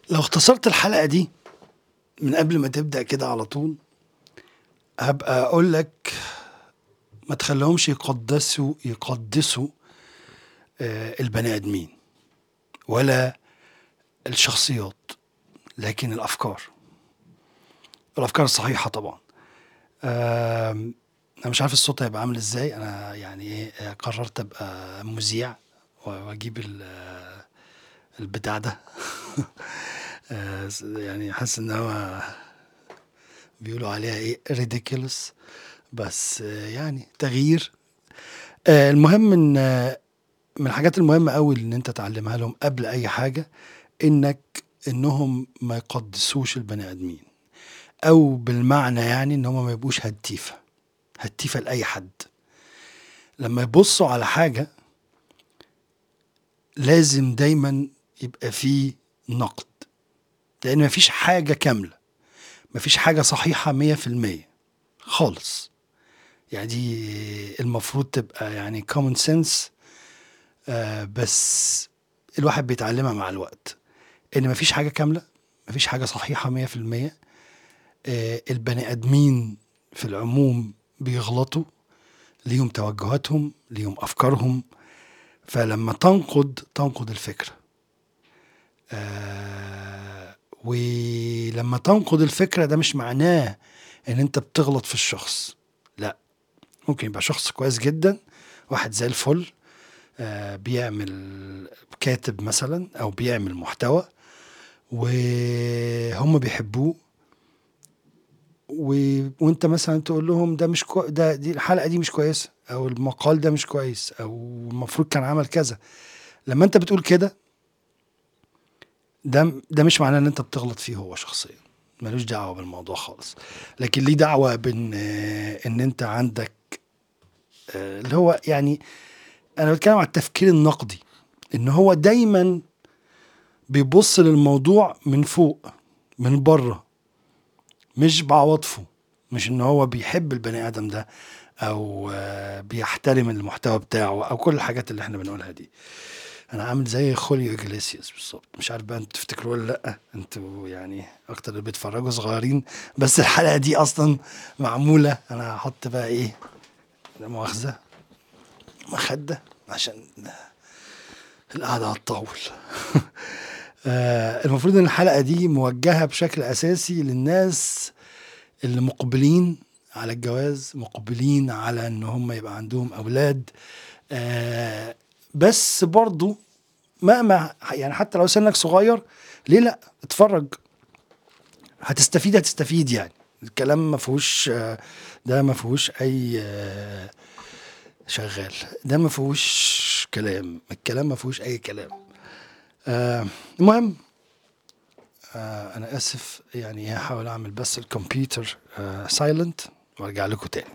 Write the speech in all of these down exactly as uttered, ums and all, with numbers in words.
لو اختصرت الحلقة دي من قبل ما تبدأ كده على طول، هبقى أقول لك ما تخليهمش يقدسوا يقدسوا آه، البني آدمين ولا الشخصيات، لكن الأفكار الأفكار الصحيحة طبعا. آم، أنا مش عارف الصوت هيبقى عامل إزاي. أنا يعني إيه آه، قررت أبقى مذيع وأجيب ال- آه، البتاع ده. آه، يعني حاسس إن هو بيقولوا عليها إيه ridiculous، بس آه، يعني تغيير. آه، المهم ان آه، من الحاجات المهمة قوي ان انت تعلمها لهم قبل اي حاجة، انك انهم ما يقدسوش البني ادمين، او بالمعنى يعني ان هم ما يبقوش هتيفة هتيفة لاي حد. لما يبصوا على حاجة لازم دايما يبقى فيه نقد، لان مفيش حاجة كاملة، مفيش حاجة صحيحة مية في المية خالص. يعني دي المفروض تبقى يعني common sense. آه بس الواحد بيتعلمها مع الوقت، ان مفيش حاجة كاملة، مفيش حاجة صحيحة مية في المية. آه البني ادمين في العموم بيغلطوا، ليهم توجهاتهم، ليهم افكارهم. فلما تنقد تنقد الفكرة، آه ولما تنقد الفكرة ده مش معناه ان انت بتغلط في الشخص، لا. ممكن يبقى شخص كويس جدا، واحد زي الفل، آه بيعمل كاتب مثلا او بيعمل محتوى وهم بيحبوه، و... وانت مثلا تقول لهم ده مش كو... ده دي الحلقه دي مش كويسه، او المقال ده مش كويس، او المفروض كان عمل كذا. لما انت بتقول كده، ده ده مش معناه ان انت بتغلط فيه هو شخصيا، ملوش دعوه بالموضوع خالص. لكن ليه دعوه بان آه، ان انت عندك آه، اللي هو يعني انا بتكلم على التفكير النقدي، ان هو دايما بيبص للموضوع من فوق، من بره، مش بعواطفه، مش ان هو بيحب البني ادم ده، او آه، بيحترم المحتوى بتاعه، او كل الحاجات اللي احنا بنقولها دي. انا عامل زي خوليو اجليسياس بالظبط. مش عارف بقى انتوا تفتكروا ولا لا، انتوا يعني اكتر اللي بيتفرجوا صغيرين، بس الحلقه دي اصلا معموله. انا هحط بقى ايه، لا مؤاخذه، مخده عشان القعده هتطول. آه المفروض ان الحلقه دي موجهه بشكل اساسي للناس اللي مقبلين على الجواز، مقبلين على ان هم يبقى عندهم اولاد. آه بس برضو مهما يعني حتى لو سنك صغير، ليه لا اتفرج، هتستفيد هتستفيد يعني. الكلام ما فيهوش آه، ده ما فيهوش اي آه، شغال، ده ما فيهوش كلام، الكلام ما فيهوش اي كلام. آه المهم، آه انا اسف يعني هحاول اعمل بس الكمبيوتر سايلنت وارجع لكم تاني.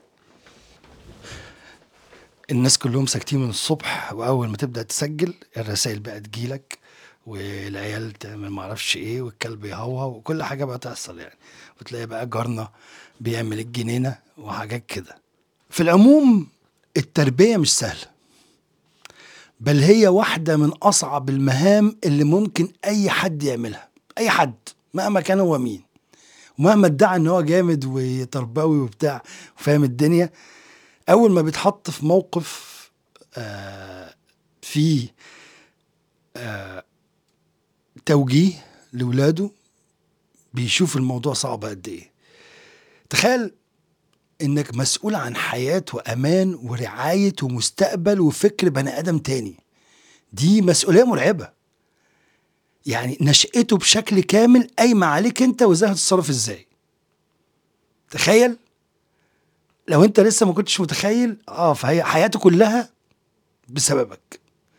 الناس كلهم ساكتين من الصبح، واول ما تبدا تسجل الرسائل بقى تجيلك، والعيال تعمل معرفش ايه، والكلب يهوهو، وكل حاجه بقى تحصل يعني. وتلاقي بقى جارنا بيعمل الجنينه وحاجات كده. في العموم التربيه مش سهله، بل هي واحده من اصعب المهام اللي ممكن اي حد يعملها. اي حد مهما كان هو مين، ومهما ادعى ان هو جامد وتربوي وبتاع وفاهم الدنيا، اول ما بيتحط في موقف آه فيه آه توجيه لولاده، بيشوف الموضوع صعب قد ايه. تخيل انك مسؤول عن حياة وامان ورعاية ومستقبل وفكر بني ادم تاني. دي مسؤولية مرعبة، يعني نشأته بشكل كامل قايمة عليك انت، وازاي هتتصرف ازاي. تخيل لو انت لسه ما كنتش متخيل، اه فهي حياته كلها بسببك.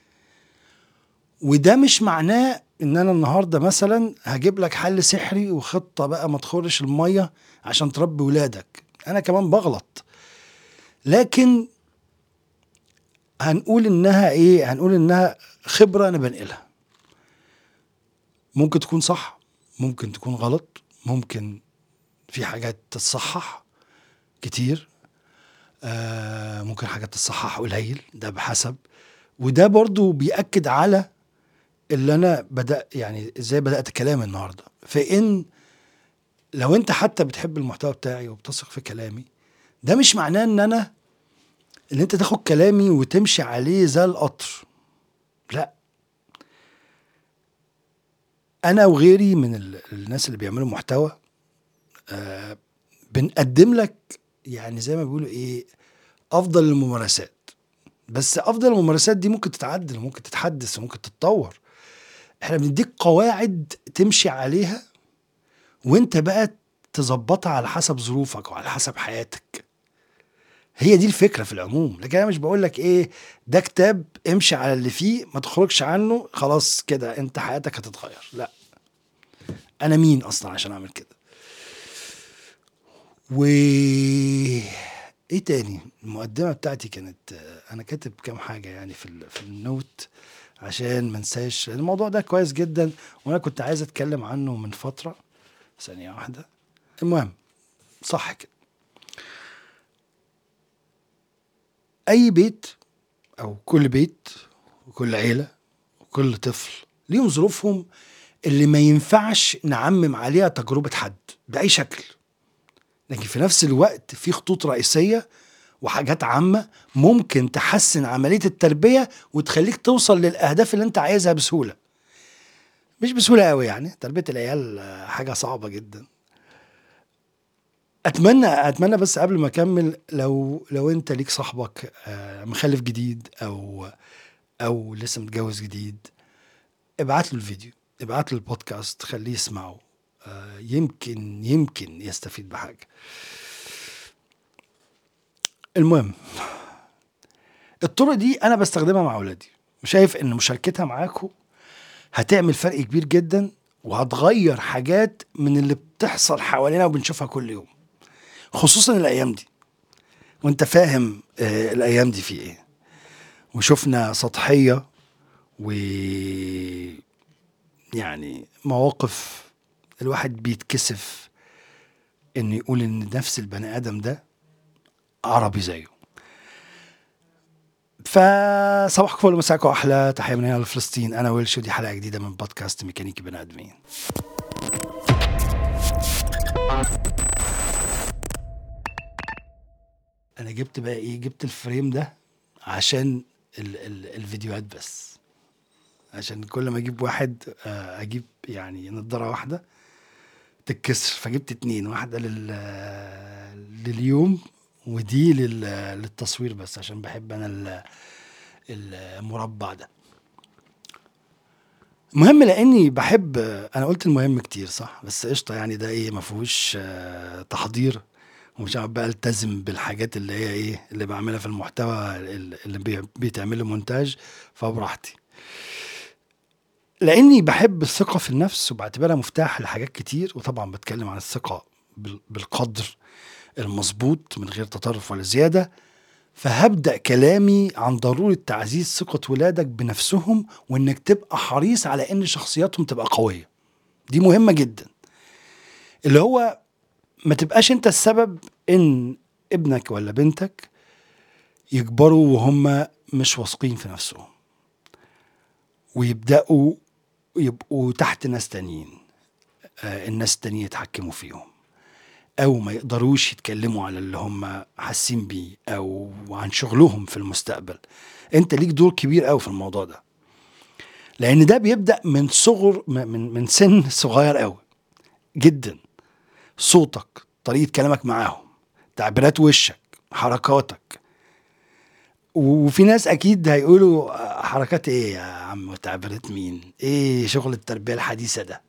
وده مش معناه ان انا النهارده مثلا هجيب لك حل سحري وخطه بقى ما تخرش الميه عشان تربي ولادك. انا كمان بغلط، لكن هنقول انها ايه، هنقول انها خبره انا بنقلها. ممكن تكون صح، ممكن تكون غلط، ممكن في حاجات تتصحح كتير، آه ممكن حاجات تتصحح قليل، ده بحسب. وده برضو بيأكد على اللي انا بدأ يعني ازاي بدأت كلامي النهارده، فان لو انت حتى بتحب المحتوى بتاعي وبتثق في كلامي، ده مش معناه ان انا ان انت تاخد كلامي وتمشي عليه زي القطر. لا، انا وغيري من ال- الناس اللي بيعملوا محتوى آه بنقدم لك يعني زي ما بيقولوا ايه، افضل الممارسات. بس افضل الممارسات دي ممكن تتعدل وممكن تتحدث وممكن تتطور. احنا بنديك قواعد تمشي عليها، وانت بقى تظبطها على حسب ظروفك وعلى حسب حياتك. هي دي الفكرة في العموم. لكن انا مش بقول لك ايه ده كتاب امشي على اللي فيه ما تخرجش عنه خلاص كده انت حياتك هتتغير. لا، انا مين اصلا عشان اعمل كده؟ و ايه تاني؟ المقدمة بتاعتي كانت انا كاتب كام حاجة يعني في ال... في النوت عشان ما انساش الموضوع ده كويس جدا، وانا كنت عايز اتكلم عنه من فترة. ثانية واحدة. المهم، صح كده، اي بيت او كل بيت وكل عيلة وكل طفل ليهم ظروفهم اللي ما ينفعش نعمم عليها تجربة حد بأي شكل. لكن في نفس الوقت في خطوط رئيسية وحاجات عامة ممكن تحسن عملية التربية وتخليك توصل للأهداف اللي انت عايزها بسهولة. مش بسهولة قوي يعني، تربية العيال آه، حاجة صعبة جدا. اتمنى اتمنى بس قبل ما اكمل، لو لو انت ليك صاحبك آه، مخلف جديد او او لسه متجوز جديد، ابعت له الفيديو، ابعت له البودكاست، خليه يسمعه. آه، يمكن يمكن يستفيد بحاجة. المهم، الطرق دي انا بستخدمها مع اولادي، وشايف ان مشاركتها معاكم هتعمل فرق كبير جدا، وهتغير حاجات من اللي بتحصل حوالينا وبنشوفها كل يوم، خصوصا الايام دي. وانت فاهم آه الايام دي في ايه. وشفنا سطحية و يعني مواقف الواحد بيتكسف انه يقول ان نفس البني ادم ده عربي زيه. فصباحكم فل ومساكم احلى تحيه من هنا لفلسطين. انا ويلش، ودي حلقه جديده من بودكاست ميكانيكي بني ادمين. انا جبت بقى ايه، جبت الفريم ده عشان ال ال الفيديوهات بس، عشان كل ما اجيب واحد آه، اجيب يعني نضاره واحده تتكسر، فجبت اتنين، واحده لل لليوم ودي لل للتصوير بس، عشان بحب انا ال- المربع ده. مهم لاني بحب، انا قلت المهم كتير صح، بس قشطه يعني، ده ايه ما فيهوش آه، تحضير، ومش عارف بقى التزم بالحاجات اللي هي ايه اللي بعملها في المحتوى اللي بي- بيتعمل له مونتاج، فبراحتي. لاني بحب الثقه في النفس وبعتبرها مفتاح لحاجات كتير، وطبعا بتكلم عن الثقه بال- بالقدر المظبوط من غير تطرف ولا زياده. فهبدأ كلامي عن ضرورة تعزيز ثقة ولادك بنفسهم، وانك تبقى حريص على ان شخصياتهم تبقى قوية. دي مهمة جدا. اللي هو ما تبقاش انت السبب ان ابنك ولا بنتك يكبروا وهم مش واثقين في نفسهم، ويبدأوا يبقوا تحت ناس تانيين، آه الناس التانيين يتحكموا فيهم، او ما يقدروش يتكلموا على اللي هم حاسين بيه او عن شغلهم في المستقبل. انت ليك دور كبير قوي في الموضوع ده، لان ده بيبدأ من صغر من من سن صغير قوي جدا. صوتك، طريقة كلامك معاهم، تعبيرات وشك، حركاتك. وفي ناس اكيد هيقولوا آه، حركات ايه يا عم وتعبيرات مين؟ ايه شغل التربية الحديثة ده؟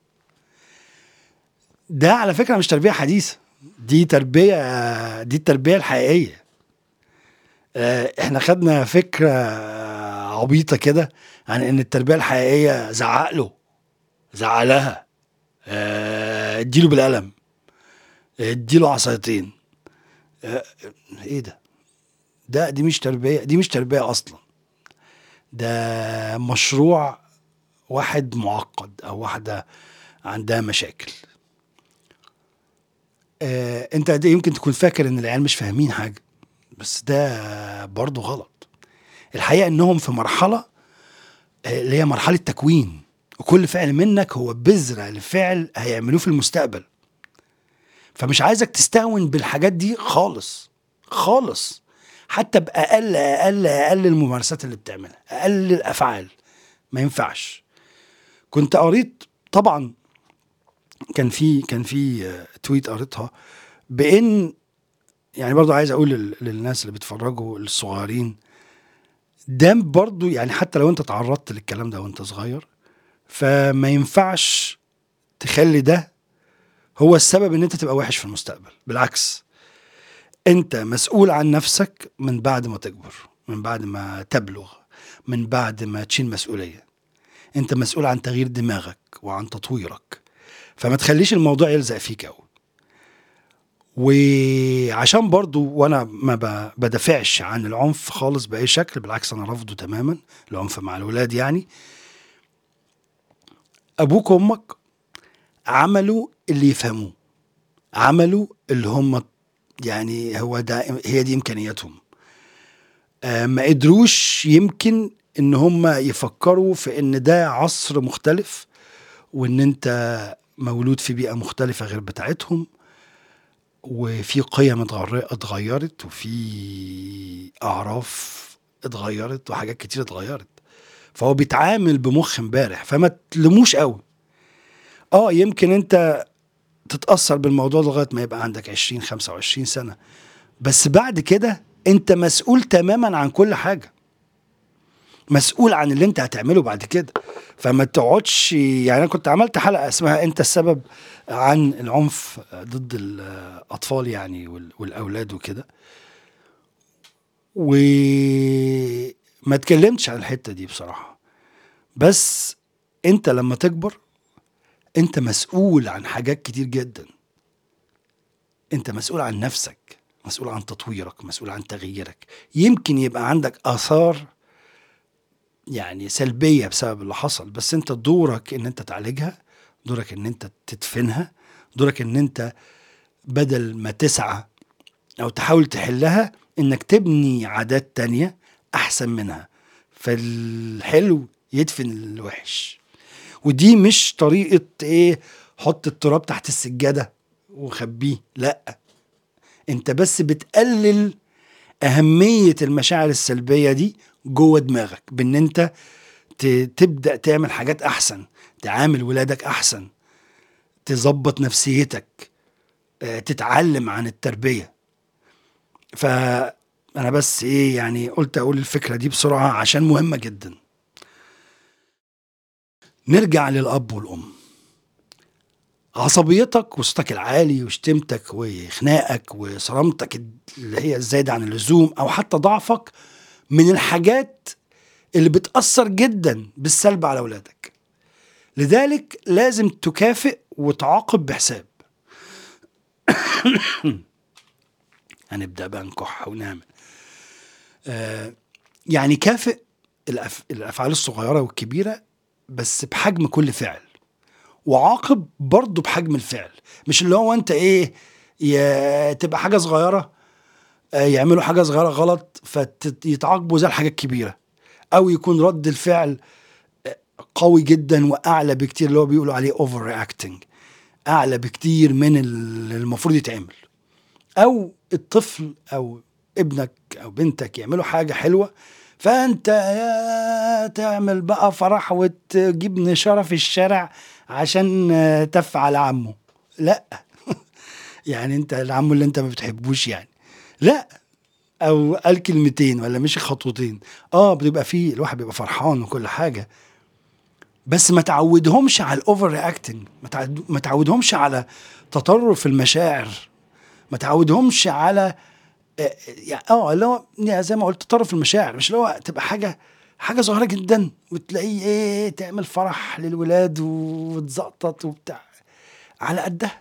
ده على فكرة مش تربية حديثة، دي تربية آه، دي التربية الحقيقية. آه، احنا خدنا فكرة آه، عبيطة كده عن ان التربية الحقيقية زعق له، زعق لها، آه، اديله بالقلم، اديله عصايتين. آه، ايه ده؟ ده دي مش تربية، دي مش تربية اصلا. ده مشروع واحد معقد او واحدة عندها مشاكل. آه، انت دي يمكن تكون فاكر ان العيال مش فاهمين حاجة، بس ده برضو غلط. الحقيقة انهم في مرحلة آه، اللي هي مرحلة تكوين. وكل فعل منك هو بذرة لفعل هيعملوه في المستقبل. فمش عايزك تستهون بالحاجات دي خالص خالص، حتى بأقل أقل أقل الممارسات اللي بتعملها، أقل الأفعال، ما ينفعش. كنت قريت طبعا، كان في كان في تويت قريتها بإن، يعني برضو عايز أقول لل- للناس اللي بيتفرجوا الصغيرين، ده برضو يعني حتى لو أنت تعرضت للكلام ده وأنت صغير، فما ينفعش تخلي ده هو السبب ان انت تبقى وحش في المستقبل. بالعكس، انت مسؤول عن نفسك من بعد ما تكبر، من بعد ما تبلغ، من بعد ما تشيل مسؤولية. انت مسؤول عن تغيير دماغك وعن تطويرك، فما تخليش الموضوع يلزق فيك قوي. وعشان برضو وانا ما ب- بدافعش عن العنف خالص بأي شكل، بالعكس انا رافضه تماما، العنف مع الولاد يعني. ابوك وامك عملوا اللي يفهموه، عملوا اللي هم يعني هو ده، هي دي امكانياتهم. آه ما قدروش يمكن ان هم يفكروا في ان ده عصر مختلف، وان انت مولود في بيئة مختلفة غير بتاعتهم، وفي قيم اتغر- اتغيرت، وفي اعراف اتغيرت، وحاجات كتير اتغيرت. فهو بيتعامل بمخ امبارح، فما تلموش قوي. اه يمكن انت تتأثر بالموضوع لغاية ما يبقى عندك عشرين خمسة وعشرين سنة، بس بعد كده انت مسؤول تماما عن كل حاجة، مسؤول عن اللي انت هتعمله بعد كده. فما تقعدش، يعني انا كنت عملت حلقة اسمها انت السبب عن العنف ضد الاطفال يعني وال- والاولاد وكده، وما اتكلمتش عن الحتة دي بصراحة. بس انت لما تكبر انت مسؤول عن حاجات كتير جدا. انت مسؤول عن نفسك، مسؤول عن تطويرك، مسؤول عن تغييرك. يمكن يبقى عندك آثار يعني سلبية بسبب اللي حصل، بس انت دورك ان انت تعالجها، دورك ان انت تدفنها، دورك ان انت بدل ما تسعى او تحاول تحلها، انك تبني عادات تانية احسن منها. فالحلو يدفن الوحش. ودي مش طريقة ايه، حط التراب تحت السجادة وخبيه، لا، انت بس بتقلل أهمية المشاعر السلبية دي جوه دماغك، بان انت ت- تبدأ تعمل حاجات أحسن، تعامل ولادك أحسن، تظبط نفسيتك، آه، تتعلم عن التربية. فأنا بس إيه يعني قلت أقول الفكرة دي بسرعة عشان مهمة جدا. نرجع للأب والأم. عصبيتك وصوتك العالي وشتمتك وخناقك وصرامتك اللي هي الزايدة عن اللزوم، أو حتى ضعفك، من الحاجات اللي بتأثر جدا بالسلب على أولادك. لذلك لازم تكافئ وتعاقب بحساب. هنبدأ بقى نكح ونعمل آه يعني كافئ الأف... الأفعال الصغيرة والكبيرة بس بحجم كل فعل، وعاقب برضه بحجم الفعل. مش اللي هو انت ايه، ي... تبقى حاجة صغيرة، آه يعملوا حاجة صغيرة غلط فيتعاقبوا زي الحاجة الكبيرة، او يكون رد الفعل قوي جدا واعلى بكتير، اللي هو بيقولوا عليه اوفر رياكتنج، اعلى بكتير من اللي المفروض يتعمل. او الطفل او ابنك او بنتك يعملوا حاجة حلوة، فانت يا تعمل بقى فرح وتجيب نشارة في الشارع عشان تفعل عمه. لا يعني انت العم اللي انت ما بتحبوش يعني، لا، او قال كلمتين ولا مشي خطوتين، اه بيبقى فيه الواحد بيبقى فرحان وكل حاجة، بس ما تعودهمش على الاوفر رياكتنج، ما تعودهمش على تطرف المشاعر، ما تعودهمش على اه يعني اه اللي هو يعني زي ما قلت تطرف المشاعر. مش اللي هو تبقى حاجه حاجه صغيره جدا وتلاقيه ايه تعمل فرح للولاد وتزقطط وبتاع على قدها،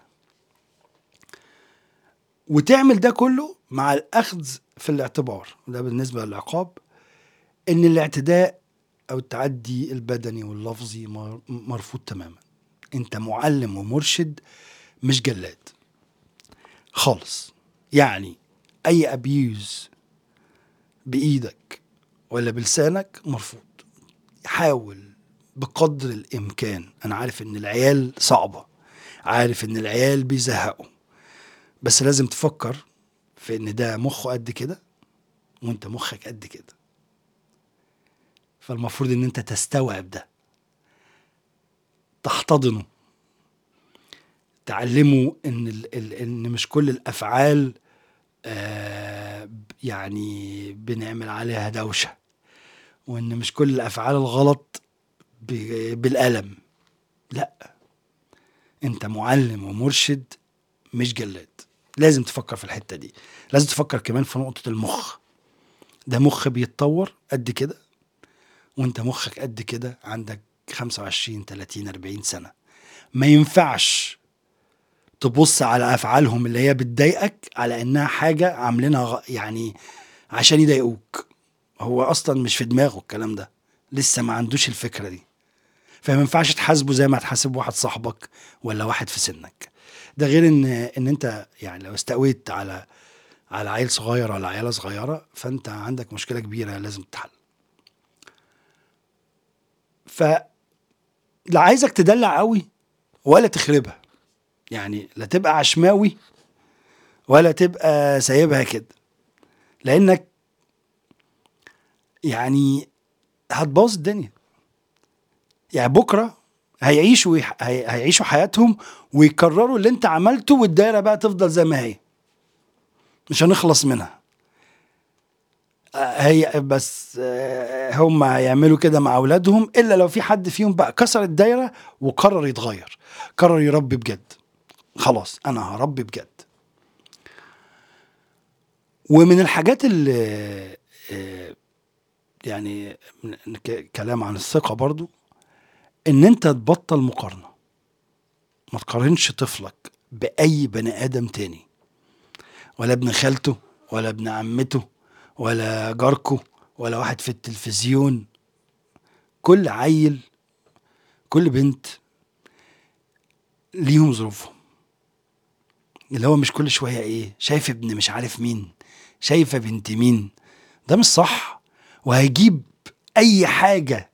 وتعمل ده كله مع الاخذ في الاعتبار، ده بالنسبه للعقاب، ان الاعتداء او التعدي البدني واللفظي مرفوض تماما. انت معلم ومرشد مش جلاد خالص. يعني اي ابيوز بايدك ولا بلسانك مرفوض. حاول بقدر الامكان. انا عارف ان العيال صعبة، عارف ان العيال بيزهقوا، بس لازم تفكر في ان ده مخه قد كده وانت مخك قد كده، فالمفروض ان انت تستوعب ده، تحتضنه، تعلمه ان ال ال ان مش كل الافعال آه يعني بنعمل عليها دوشة، وان مش كل الافعال الغلط بالقلم. لا، انت معلم ومرشد مش جلاد. لازم تفكر في الحتة دي. لازم تفكر كمان في نقطة المخ. ده مخ بيتطور قد كده، وانت مخك قد كده، عندك خمسة وعشرين تلاتين أربعين سنة. ما ينفعش تبص على افعالهم اللي هي بتضايقك على انها حاجة عاملينها يعني عشان يضايقوك. هو اصلا مش في دماغه الكلام ده، لسه ما عندوش الفكرة دي، فما ينفعش تحاسبه زي ما تحاسب واحد صاحبك ولا واحد في سنك. ده غير ان ان انت يعني لو استقويت على على عيل صغير ولا عيالة صغيرة، فانت عندك مشكلة كبيرة لازم تتحل. فلا عايزك تدلع قوي ولا تخربها، يعني لا تبقى عشماوي ولا تبقى سايبها كده، لانك يعني هتبوظ الدنيا. يعني بكرة هيعيشوا هي... هيعيشوا حياتهم ويكرروا اللي انت عملته، والدايرة بقى تفضل زي ما هي، مش هنخلص منها. هي بس هم هيعملوا كده مع اولادهم، الا لو في حد فيهم بقى كسر الدايره وقرر يتغير، قرر يربي بجد. خلاص انا هربي بجد. ومن الحاجات اللي يعني كلام عن الثقه برضو، ان انت تبطل مقارنه. ما تقارنش طفلك باي بني ادم تاني، ولا ابن خالته ولا ابن عمته ولا جاركو ولا واحد في التلفزيون. كل عيل كل بنت ليهم ظروفهم، اللي هو مش كل شوية ايه شايف ابن مش عارف مين، شايفة بنت مين. ده مش صح، وهيجيب اي حاجة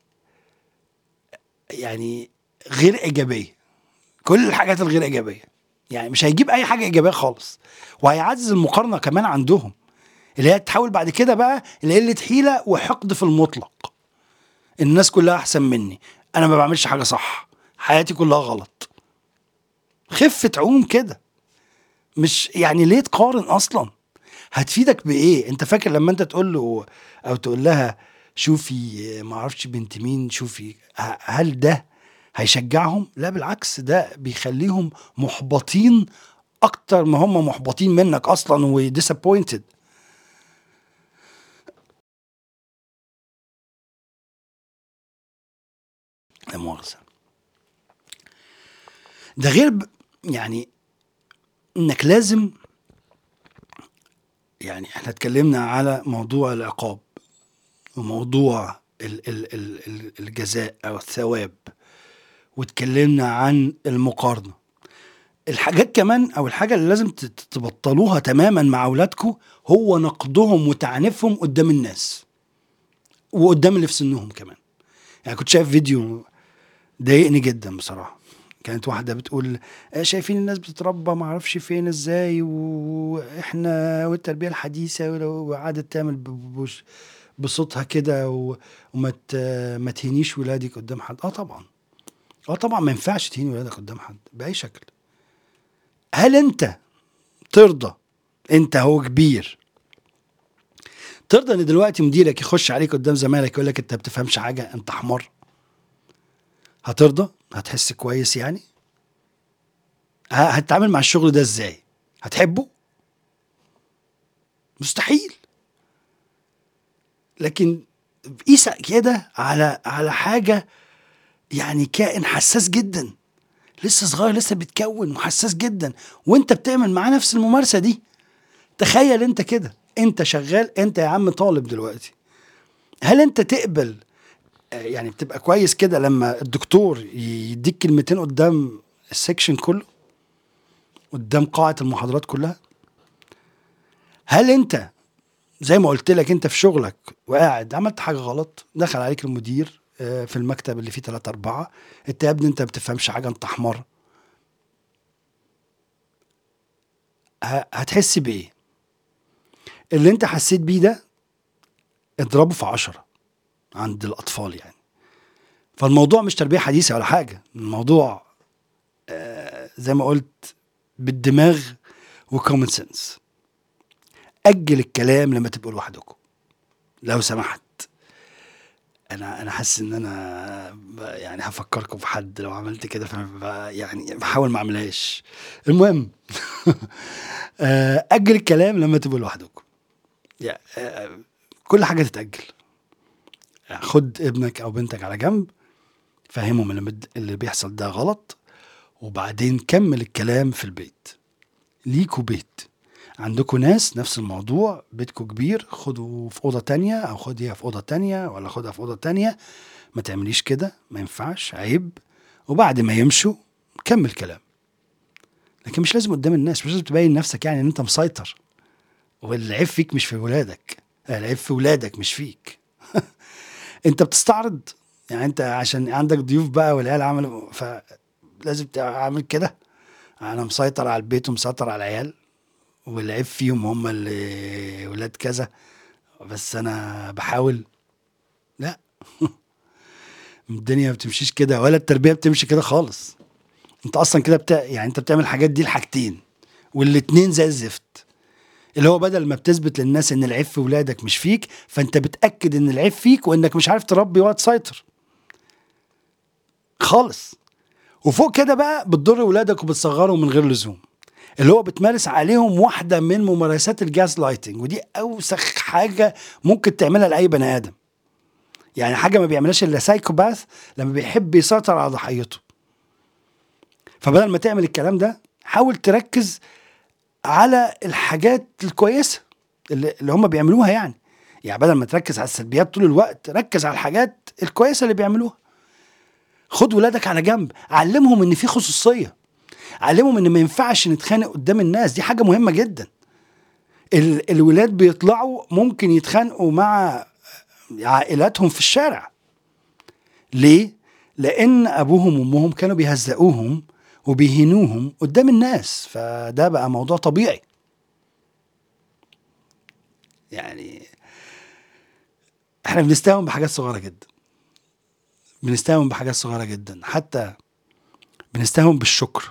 يعني غير ايجابية. كل الحاجات الغير ايجابية يعني مش هيجيب اي حاجة ايجابية خالص، وهيعزز المقارنة كمان عندهم، اللي هي تحاول بعد كده بقى لقلة حيلة وحقد في المطلق. الناس كلها احسن مني، انا ما بعملش حاجة صح، حياتي كلها غلط. خفة عوم كده، مش يعني ليه تقارن اصلا؟ هتفيدك بايه؟ انت فاكر لما انت تقول له او تقول لها شوفي ما اعرفش بنت مين شوفي، هل ده هيشجعهم؟ لا بالعكس، ده بيخليهم محبطين اكتر ما هم محبطين منك اصلا وديسابوينتد. لا مؤاخذة. ده غير ب... يعني انك لازم، يعني احنا اتكلمنا على موضوع العقاب وموضوع ال ال ال الجزاء او الثواب، واتكلمنا عن المقارنة. الحاجات كمان او الحاجة اللي لازم تبطلوها تماما مع اولادكم هو نقدهم وتعنيفهم قدام الناس وقدام اللي في سنهم كمان. يعني كنت شايف فيديو ضايقني جدا بصراحة. كانت واحدة بتقول شايفين الناس بتتربى معرفش فين ازاي، واحنا والتربية الحديثة، وقعدت تعمل بصوتها كده وما ما تهينيش ولادك قدام حد. اه طبعا، اه طبعا ما ينفعش تهين ولادك قدام حد بأي شكل. هل انت ترضى، انت هو كبير، ترضى ان دلوقتي مديرك يخش عليك قدام زمايلك يقول لك انت بتفهمش حاجة، انت حمار؟ هترضى؟ هتحس كويس يعني؟ هتتعامل مع الشغل ده ازاي؟ هتحبه؟ مستحيل. لكن قيس كده على على حاجة، يعني كائن حساس جدا، لسه صغير لسه بيتكون وحساس جدا، وانت بتعمل معاه نفس الممارسة دي. تخيل انت كده، انت شغال، انت يا عم طالب دلوقتي، هل انت تقبل يعني بتبقى كويس كده لما الدكتور يديك كلمتين قدام السكشن كله، قدام قاعة المحاضرات كلها؟ هل انت زي ما قلت لك انت في شغلك وقاعد عملت حاجة غلط، دخل عليك المدير آه، في المكتب اللي فيه ثلاثة أربعة، انت يا ابني انت بتفهمش حاجة، انت حمار. ه- هتحس بايه؟ اللي انت حسيت بيه ده اضربه في عشرة عند الأطفال يعني. فالموضوع مش تربية حديثة ولا حاجة، الموضوع آه، زي ما قلت بالدماغ وكومن سنس. أجل الكلام لما تبقوا لوحدكم لو سمحت. انا انا حاسس ان انا ب- يعني هفكركم في حد لو عملت كده، ف يعني بحاول ما اعملهاش. المهم آه، اجل الكلام لما تبقوا لوحدكم. يعني آه، كل حاجه تتاجل. يعني خد ابنك او بنتك على جنب، فهمهم ان المد- اللي بيحصل ده غلط، وبعدين كمل الكلام في البيت. ليكوا بيت، عندكوا ناس نفس الموضوع، بيتكوا كبير، خدوا في أوضة تانية أو خديها في أوضة تانية ولا خدها في أوضة تانية. ما تعمليش كده، ما ينفعش، عيب. وبعد ما يمشوا كمل كلام. لكن مش لازم قدام الناس، مش لازم تبين نفسك يعني ان انت مسيطر. والعيب فيك مش في ولادك، العيب في ولادك مش فيك. انت بتستعرض. يعني انت عشان عندك ضيوف بقى والعيال عملوا، فلازم تعمل كده. انا مسيطر على البيت ومسيطر على العيال، والعيب فيهم هم اللي ولاد كذا، بس انا بحاول. لا، الدنيا ما بتمشيش كده، ولا التربية بتمشي كده خالص. انت اصلا كده بتا... يعني انت بتعمل الحاجات دي الحاجتين والاتنين زي الزفت. اللي هو بدل ما بتثبت للناس ان العيب في ولادك مش فيك، فانت بتأكد ان العيب فيك وانك مش عارف تربي ولا تسيطر خالص. وفوق كده بقى بتضر ولادك وبتصغرهم من غير لزوم، اللي هو بتمارس عليهم واحدة من ممارسات الجاز لايتنج، ودي أوسخ حاجة ممكن تعملها لأي بني آدم. يعني حاجة ما بيعملهاش إلا سايكوباث لما بيحب يسيطر على ضحيته. فبدل ما تعمل الكلام ده، حاول تركز على الحاجات الكويسة اللي, اللي هم بيعملوها يعني. يعني بدل ما تركز على السلبيات طول الوقت، ركز على الحاجات الكويسة اللي بيعملوها. خد ولادك على جنب، علمهم ان في خصوصية، علمهم ان ما ينفعش نتخانق قدام الناس، دي حاجة مهمة جدا. ال الولاد بيطلعوا ممكن يتخانقوا مع عائلاتهم في الشارع. ليه؟ لان ابوهم وامهم كانوا بيهزقوهم وبيهينوهم قدام الناس، فده بقى موضوع طبيعي يعني. احنا بنستهون بحاجات صغيرة جدا، بنستهون بحاجات صغيرة جدا، حتى بنستهون بالشكر.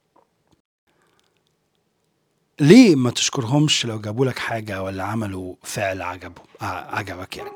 ليه ما تشكرهمش لو جابوا لك حاجة ولا عملوا فعل عجبه عجبك يعني؟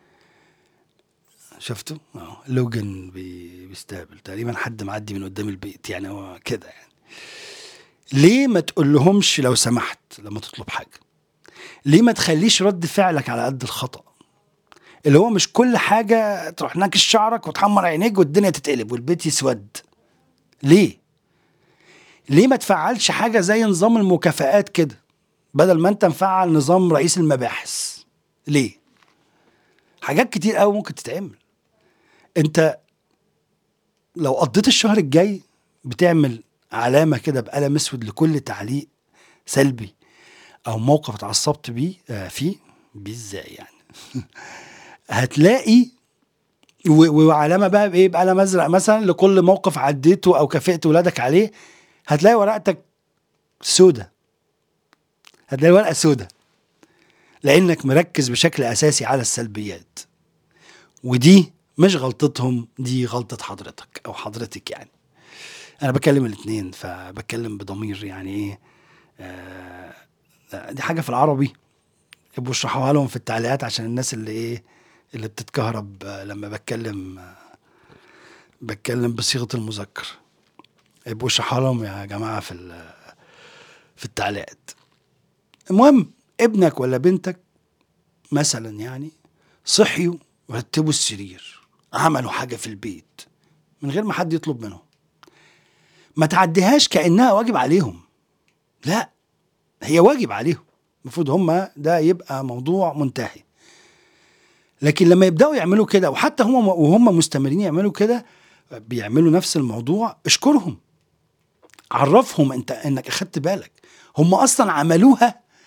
شفتوا؟ اه لوجن بي- بيستقبل تقريبا حد معدي من قدام البيت، يعني هو كده يعني. ليه ما تقول لهمش لو سمحت لما تطلب حاجة؟ ليه ما تخليش رد فعلك على قد الخطأ؟ اللي هو مش كل حاجة تروح ناكش شعرك وتحمر عينيك والدنيا تتقلب والبيت يسود. ليه؟ ليه ما تفعلش حاجة زي نظام المكافآت كده، بدل ما انت مفعل نظام رئيس المباحث؟ ليه؟ حاجات كتير قوي ممكن تتعمل. انت لو قضيت الشهر الجاي بتعمل علامة كده بقلم اسود لكل تعليق سلبي او موقف اتعصبت بيه آه فيه بيه ازاي يعني هتلاقي، و- وعلامة بقى بايه، بقلم ازرق مثلا لكل موقف عديته او كافئت ولادك عليه، هتلاقي ورقتك سودة، هتلاقي ورقة سودة، لانك مركز بشكل اساسي على السلبيات. ودي مش غلطتهم، دي غلطة حضرتك او حضرتك يعني. انا بكلم الاتنين فبتكلم بضمير يعني ايه. آه دي حاجة في العربي، يبقوا اشرحوها لهم في التعليقات عشان الناس اللي ايه اللي بتتكهرب آه، لما بتكلم آه، بتكلم بصيغة المذكر. يبقوا اشرحوها لهم يا جماعة في ال- في التعليقات. المهم، ابنك ولا بنتك مثلا يعني صحيوا ورتبوا السرير، عملوا حاجة في البيت من غير ما حد يطلب منهم، ما تعديهاش كأنها واجب عليهم. لا، هي واجب عليهم، المفروض هما ده يبقى موضوع منتهي. لكن لما يبدأوا يعملوا كده، وحتى هم وهم مستمرين يعملوا كده بيعملوا نفس الموضوع، اشكرهم، عرفهم انت انك اخدت بالك. هم اصلا عملوها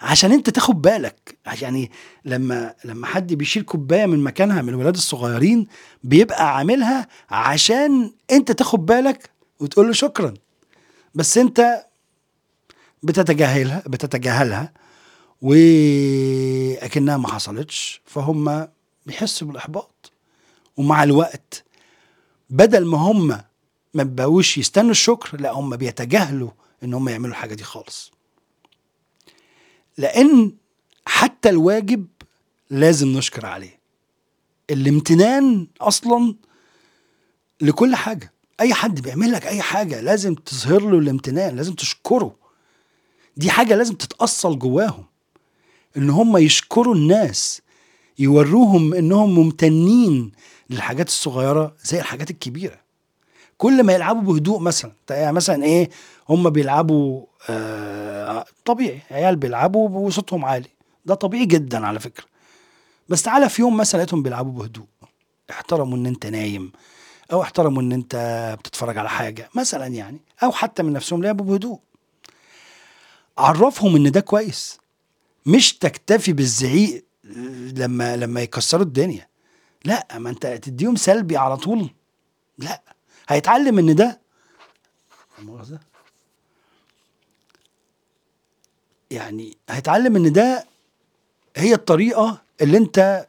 عشان انت تاخد بالك. يعني لما لما حد بيشيل كوبايه من مكانها من الولاد الصغيرين بيبقى عاملها عشان انت تاخد بالك وتقول له شكرا، بس انت بتتجاهلها بتتجاهلها واكنها ما حصلتش، فهم بيحسوا بالاحباط. ومع الوقت بدل ما هم ما بقوش يستنوا الشكر، لا هم بيتجاهلوا ان هم يعملوا الحاجه دي خالص. لان حتى الواجب لازم نشكر عليه. الامتنان اصلا لكل حاجه، اي حد بيعمل لك اي حاجه لازم تظهر له الامتنان، لازم تشكره. دي حاجه لازم تتأصل جواهم، ان هم يشكروا الناس، يوروهم انهم ممتنين للحاجات الصغيره زي الحاجات الكبيره. كل ما يلعبوا بهدوء مثلا، يعني مثلا ايه، هم بيلعبوا آه طبيعي، عيال بيلعبوا وصوتهم عالي، ده طبيعي جدا على فكره. بس تعالى في يوم مثلا لقيتهم بيلعبوا بهدوء، احترموا ان انت نايم، او احترموا ان انت بتتفرج على حاجه مثلا يعني، او حتى من نفسهم لعبوا بهدوء. عرفهم ان ده كويس، مش تكتفي بالزعيق لما لما يكسروا الدنيا. لا، ما انت تديهم سلبي على طول، لا، هيتعلم ان ده يعني هيتعلم ان ده هي الطريقة اللي انت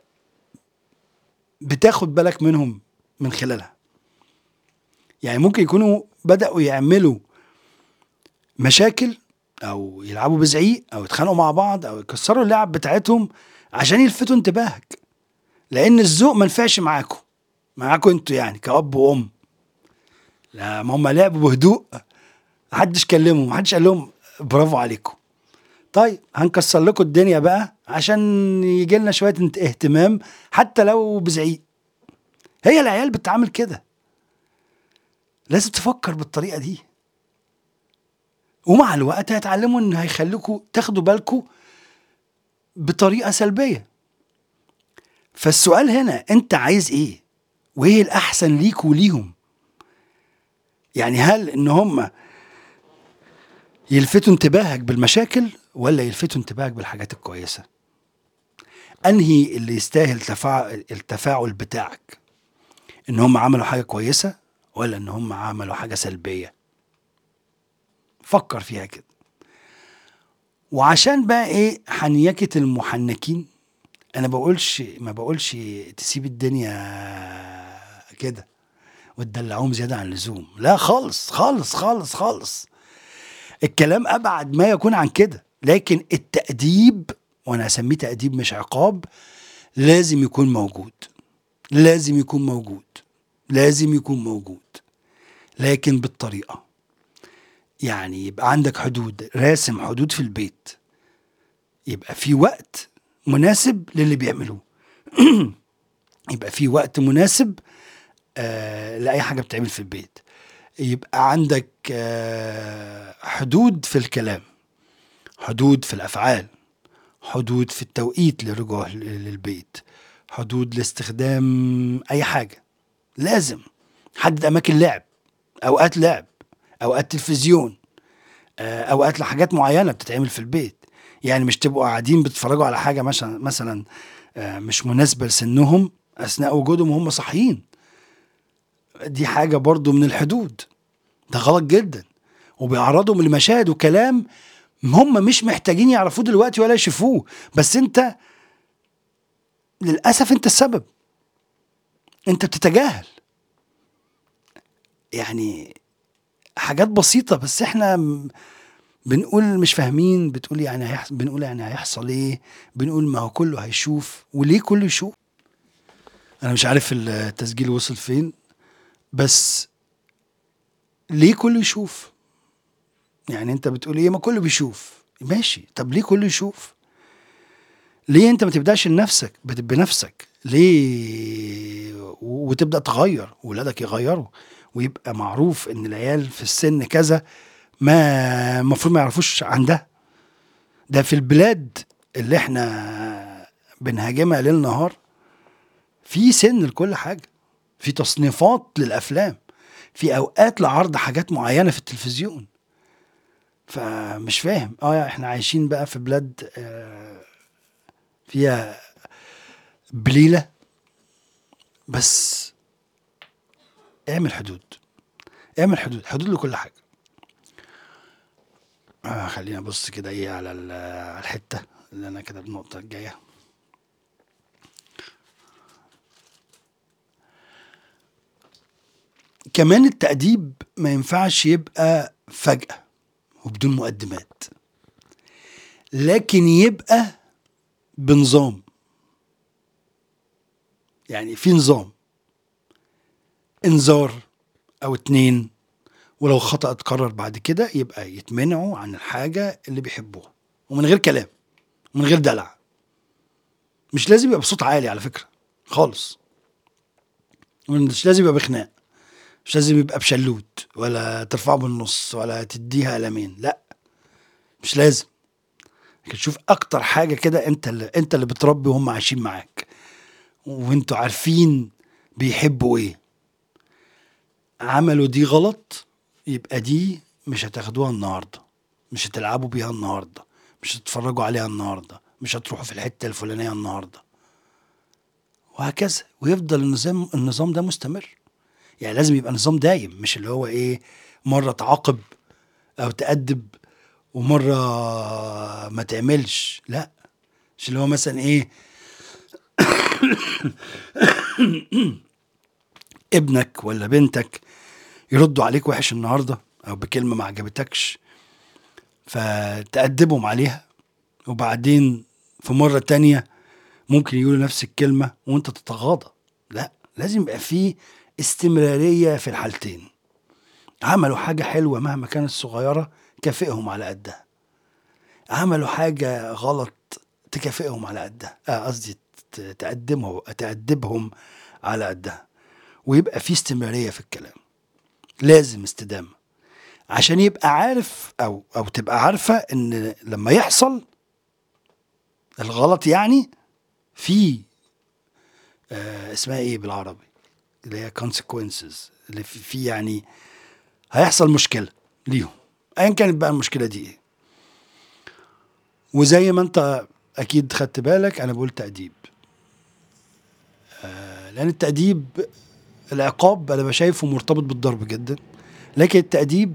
بتاخد بالك منهم من خلالها. يعني ممكن يكونوا بدأوا يعملوا مشاكل او يلعبوا بزعيق او يتخانقوا مع بعض او يكسروا اللعب بتاعتهم عشان يلفتوا انتباهك، لان الذوق ما نفعش معاكم معاكم انتوا يعني كأب وام. لا، ما هم لعبوا بهدوء، محدش كلمهم، محدش قال لهم برافو عليكم. طيب هنكسر لكم الدنيا بقى عشان يجي لنا شويه اهتمام حتى لو بزعيق. هي العيال بتتعامل كده، لازم تفكر بالطريقه دي. ومع الوقت هيتعلموا ان هيخليكوا تاخدوا بالكم بطريقه سلبيه. فالسؤال هنا، انت عايز ايه؟ وايه الاحسن ليك وليهم؟ يعني هل ان هم يلفتوا انتباهك بالمشاكل ولا يلفتوا انتباهك بالحاجات الكويسه؟ انهي اللي يستاهل تفاعل التفاعل بتاعك؟ ان هم عملوا حاجه كويسه ولا ان هم عملوا حاجه سلبيه؟ فكر فيها كده. وعشان بقى ايه حنيكه المحنكين، انا بقولش ما بقولش تسيب الدنيا كده وتدلعوهم زياده عن اللزوم، لا خالص خالص خالص خالص. الكلام ابعد ما يكون عن كده. لكن التأديب، وانا اسميه تأديب مش عقاب، لازم يكون موجود، لازم يكون موجود لازم يكون موجود لكن بالطريقة. يعني يبقى عندك حدود، راسم حدود في البيت، يبقى في وقت مناسب للي بيعملوه يبقى في وقت مناسب آه لأي حاجة بتعمل في البيت. يبقى عندك آه حدود في الكلام، حدود في الأفعال، حدود في التوقيت للرجوع للبيت، حدود لاستخدام أي حاجة. لازم حدد أماكن لعب، أوقات لعب، أوقات تلفزيون، أوقات لحاجات معينة بتتعمل في البيت. يعني مش تبقوا قاعدين بتتفرجوا على حاجة مثلا مثلا مش مناسبة لسنهم أثناء وجودهم وهم صحيين. دي حاجة برضو من الحدود، ده غلط جدا. وبيعرضهم لمشاهد وكلام هم مش محتاجين يعرفوه دلوقتي ولا يشوفوه، بس انت للأسف انت السبب، انت بتتجاهل. يعني حاجات بسيطة بس احنا بنقول مش فاهمين. بتقول يعني هيحصل، بنقول يعني هيحصل ايه، بنقول ما هو كله هيشوف. وليه كله يشوف؟ انا مش عارف التسجيل وصل فين، بس ليه كله يشوف؟ يعني انت بتقول ايه؟ ما كله بيشوف، ماشي، طب ليه كله يشوف؟ ليه انت ما تبدأش لنفسك بنفسك؟ ليه وتبدأ تغير ولادك يغيروا ويبقى معروف ان العيال في السن كذا ما المفروض ما يعرفوش عن ده. ده في البلاد اللي احنا بنهاجمها ليل نهار في سن لكل حاجة، في تصنيفات للأفلام، في أوقات لعرض حاجات معينة في التلفزيون. فمش فاهم. اه احنا عايشين بقى في بلاد آه فيها بليلة، بس اعمل حدود، اعمل حدود، حدود لكل حاجة. آه خلينا بص كده ايه على على الحتة اللي انا كده النقطة الجاية. كمان التأديب ما ينفعش يبقى فجأة وبدون مقدمات، لكن يبقى بنظام. يعني في نظام، انذار او اتنين، ولو خطأ اتكرر بعد كده يبقى يتمنعوا عن الحاجة اللي بيحبوها، ومن غير كلام ومن غير دلع. مش لازم يبقى بصوت عالي على فكرة خالص، مش لازم يبقى بخناق، مش لازم يبقى بشلوت ولا ترفعه بالنص ولا تديها قلمين، لا مش لازم. لكن شوف اكتر حاجة كده، انت اللي انت اللي بتربي وهم عايشين معاك، وانتوا عارفين بيحبوا ايه. عملوا دي غلط، يبقى دي مش هتاخدوها النهارده، مش هتلعبوا بيها النهارده، مش هتتفرجوا عليها النهارده، مش هتروحوا في الحته الفلانيه النهارده، وهكذا. ويفضل النظام النظام ده مستمر. يعني لازم يبقى نظام دايم، مش اللي هو ايه، مره تعاقب او تأدب ومره ما تعملش. لا، مش اللي هو مثلا ايه ابنك ولا بنتك يردوا عليك وحش النهارده او بكلمه ما عجبتكش فتأدبهم عليها، وبعدين في مرة تانية ممكن يقولوا نفس الكلمة وانت تتغاضى. لا، لازم يبقى فيه استمرارية في الحالتين. عملوا حاجة حلوة مهما كانت صغيرة كافئهم على قدها، عملوا حاجة غلط تكافئهم على قدها، اه قصدي تقدمهم تأدبهم على قدها. ويبقى فيه استمرارية في الكلام، لازم استدامة، عشان يبقى عارف او او تبقى عارفة ان لما يحصل الغلط يعني في آه اسمها ايه بالعربي، اللي هي consequences، اللي في, في يعني هيحصل مشكلة ليهم ايا كانت بقى المشكلة دي ايه. وزي ما انت اكيد خدت بالك انا بقول تأديب، آه لان التأديب، العقاب انا بشايفه مرتبط بالضرب جدا، لكن التأديب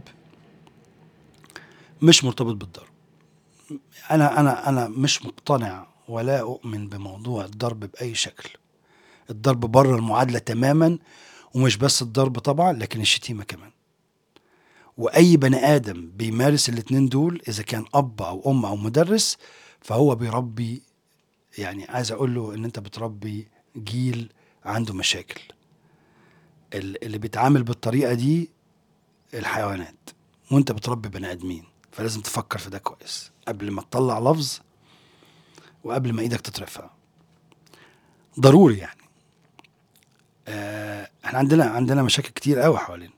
مش مرتبط بالضرب. انا انا انا مش مقتنع ولا اؤمن بموضوع الضرب باي شكل. الضرب بره المعادلة تماما، ومش بس الضرب طبعا لكن الشتيمة كمان. واي بني ادم بيمارس الاتنين دول، اذا كان اب او ام او مدرس، فهو بيربي، يعني عايز اقول له ان انت بتربي جيل عنده مشاكل. اللي بيتعامل بالطريقة دي الحيوانات، وانت بتربي بني ادمين. فلازم تفكر في ده كويس قبل ما تطلع لفظ وقبل ما ايدك تترفع، ضروري يعني. آه احنا عندنا عندنا مشاكل كتير قوي حوالينا،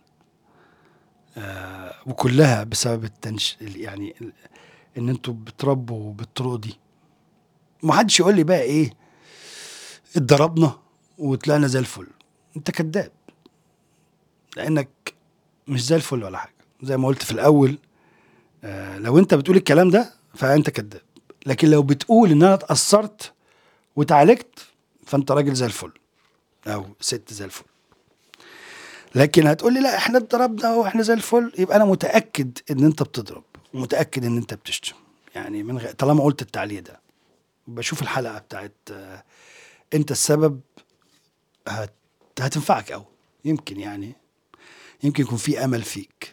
آه وكلها بسبب التنش يعني ال- ان انتوا بتربوا بالطرق دي. محدش يقول لي بقى ايه اتضربنا وطلعنا زي الفل، انت كذاب، لانك مش زي الفل ولا حاجه. زي ما قلت في الاول، آه لو انت بتقول الكلام ده فانت كذاب، لكن لو بتقول ان انا اتأثرت وتعالجت فانت راجل زي الفل او ست زي الفل. لكن هتقول لي لا احنا اتضربنا واحنا زي الفل، يبقى انا متاكد ان انت بتضرب ومتاكد ان انت بتشتم. يعني من غير طالما قلت التعليق ده، بشوف الحلقه بتاعت آه انت السبب هت... هتنفعك أوي، يمكن يعني يمكن يكون في امل فيك.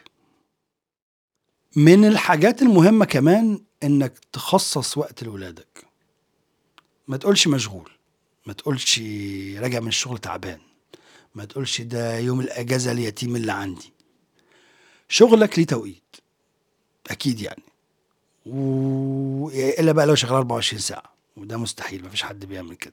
من الحاجات المهمه كمان انك تخصص وقت لولادك. ما تقولش مشغول، ما تقولش راجع من الشغل تعبان، ما تقولش ده يوم الاجازه اليتيم اللي عندي. شغلك ليه توقيت اكيد يعني، و... الا بقى لو شغال أربعة وعشرين ساعه، وده مستحيل، مفيش حد بيعمل كده.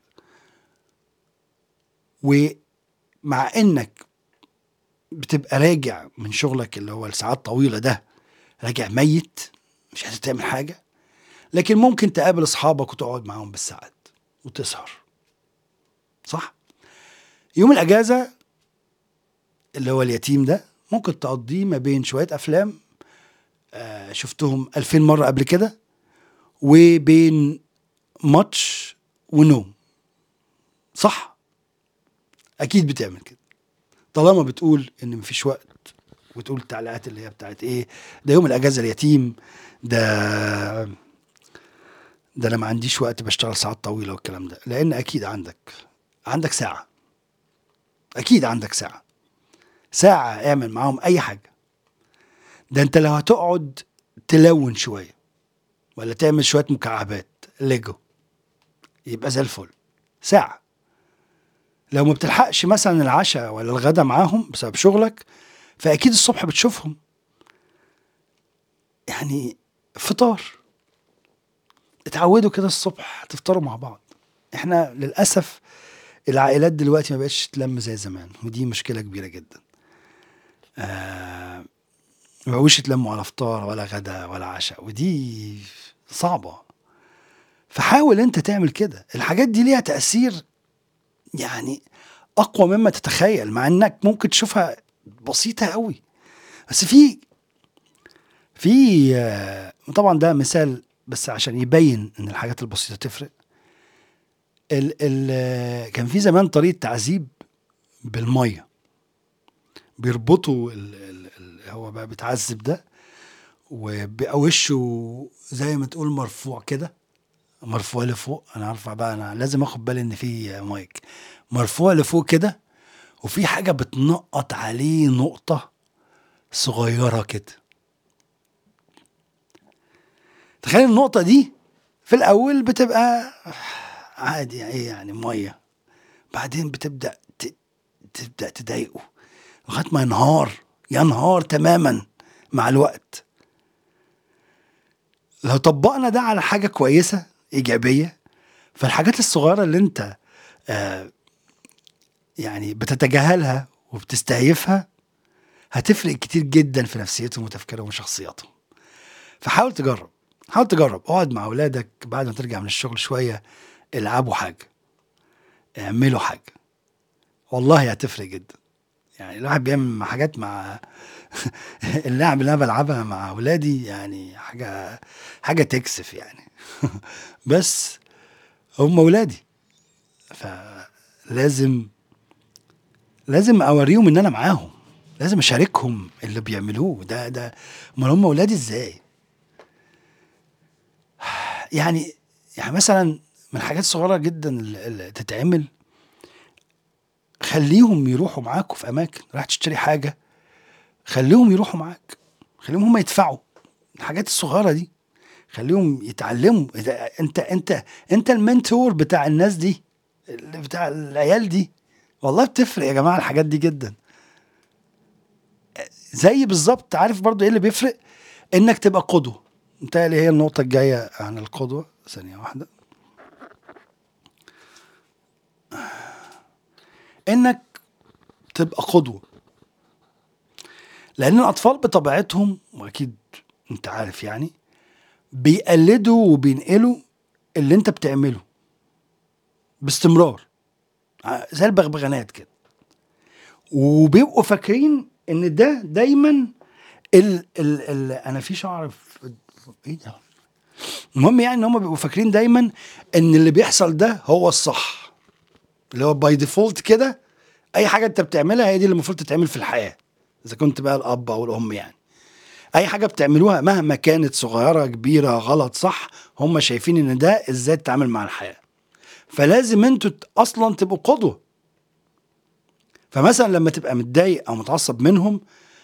ومع انك بتبقى راجع من شغلك اللي هو الساعات طويله ده، راجع ميت مش قادر تعمل حاجه، لكن ممكن تقابل اصحابك وتقعد معاهم بالساعات وتسهر، صح؟ يوم الاجازه اللي هو اليتيم ده ممكن تقضيه ما بين شويه افلام آه شفتهم ألفين مرة قبل كده، وبين ماتش ونوم. صح؟ اكيد بتعمل كده طالما بتقول ان مفيش وقت، وتقول التعليقات اللي هي بتاعت ايه، ده يوم الاجازه اليتيم، ده ده انا ما عنديش وقت بشتغل ساعات طويله والكلام ده. لان اكيد عندك عندك ساعه، اكيد عندك ساعه ساعه اعمل معاهم اي حاجه. ده انت لو هتقعد تلون شويه ولا تعمل شويه مكعبات ليجو يبقى زي الفل. ساعه. لو ما بتلحقش مثلا العشاء ولا الغدا معاهم بسبب شغلك، فاكيد الصبح بتشوفهم، يعني فطار، اتعودوا كده الصبح تفطروا مع بعض. احنا للاسف العائلات دلوقتي ما بقتش تلم زي زمان، ودي مشكله كبيره جدا. آه ما بقوش يتلموا على فطار ولا غدا ولا عشاء، ودي صعبه. فحاول انت تعمل كده. الحاجات دي ليها تاثير يعني اقوى مما تتخيل، مع انك ممكن تشوفها بسيطه قوي، بس في في آه طبعا ده مثال بس عشان يبين ان الحاجات البسيطه تفرق. ال ال كان في زمان طريقه تعذيب بالميه، بيربطوا ال ال ال هو بقى بيتعذب ده، وبقى وشه زي ما تقول مرفوع كده، مرفوع لفوق. انا عارفه بقى، انا لازم اخد بالي ان في مايك مرفوع لفوق كده، وفي حاجه بتنقط عليه نقطه صغيره كده. تخيل النقطه دي في الاول بتبقى عادي، ايه يعني ميه، بعدين بتبدا ت- تبدا تضايقه لغايه ما ينهار ينهار تماما مع الوقت. لو طبقنا ده على حاجه كويسه ايجابيه، فالحاجات الصغيره اللي انت آه يعني بتتجاهلها وبتستهيفها هتفرق كتير جدا في نفسيتهم وتفكيرهم وشخصياتهم. فحاول تجرب، حاول تجرب. اقعد مع اولادك بعد ما ترجع من الشغل شويه، العبوا حاجه، اعملوا حاجه، والله هتفرق جدا. يعني الواحد بيعمل حاجات مع اللعب اللي انا بلعبها مع اولادي، يعني حاجه حاجه تكسف يعني بس هم اولادي، فلازم لازم اوريهم ان انا معاهم، لازم اشاركهم اللي بيعملوه ده. ده ما هم اولادي ازاي يعني. يعني مثلا من الحاجات الصغيره جدا اللي اللي تتعمل، خليهم يروحوا معاكوا في اماكن، راح تشتري حاجه خليهم يروحوا معاك، خليهم هم يدفعوا. الحاجات الصغيره دي خليهم يتعلموا. إذا انت انت انت المنتور بتاع الناس دي، اللي بتاع العيال دي. والله بتفرق يا جماعه الحاجات دي جدا. زي بالظبط، عارف برضو ايه اللي بيفرق؟ انك تبقى قدوه. متهيألي هي النقطه الجايه عن القدوه. ثانيه واحده. انك تبقى قدوه، لان الاطفال بطبيعتهم، واكيد انت عارف يعني، بيقلدوا وبينقلوا اللي انت بتعمله باستمرار، زي البغبغانات كده، وبيبقوا فاكرين ان ده دايما ال ال ال انا في شعر في ايه ده. المهم يعني ان هم بيبقوا فاكرين دايما ان اللي بيحصل ده هو الصح، اللي هو باي ديفولت كده. اي حاجه انت بتعملها هي دي اللي المفروض تتعمل في الحياه، اذا كنت بقى الاب او الام يعني. اي حاجه بتعملوها مهما كانت صغيره كبيره غلط صح، هم شايفين ان ده ازاي تتعامل مع الحياه. فلازم انتوا اصلا تبقوا قدوه. فمثلا لما تبقى متضايق او متعصب منهم،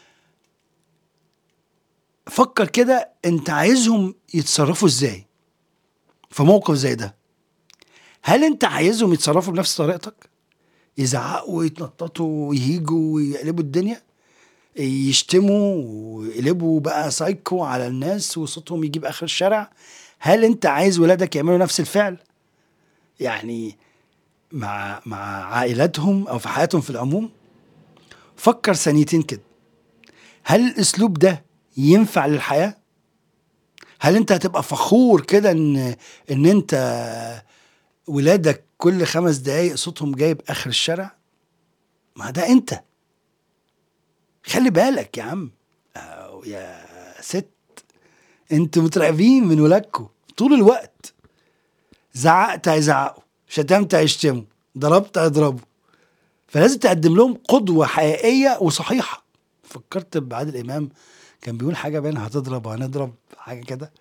فكر كده انت عايزهم يتصرفوا ازاي في موقف زي ده. هل انت عايزهم يتصرفوا بنفس طريقتك، يزعقوا ويتنططوا ويهيجوا ويقلبوا الدنيا، يشتموا ويقلبوا بقى سايكو على الناس وصوتهم يجيب اخر الشارع؟ هل انت عايز ولادك يعملوا نفس الفعل يعني مع مع عائلاتهم او في حياتهم في العموم؟ فكر ثانيتين كده، هل الاسلوب ده ينفع للحياة؟ هل انت هتبقى فخور كده ان ان انت ولادك كل خمس دقايق صوتهم جايب اخر الشارع؟ ما ده انت. خلي بالك يا عم أو يا ست، انتوا متراقبين من ولادكم طول الوقت. زعقت هيزعقوا، شتمت هيشتموا، ضربت هيضربوا. فلازم تقدم لهم قدوة حقيقية وصحيحة. فكرت بعادل إمام كان بيقول حاجة بين هتضرب وهنضرب، حاجة كده.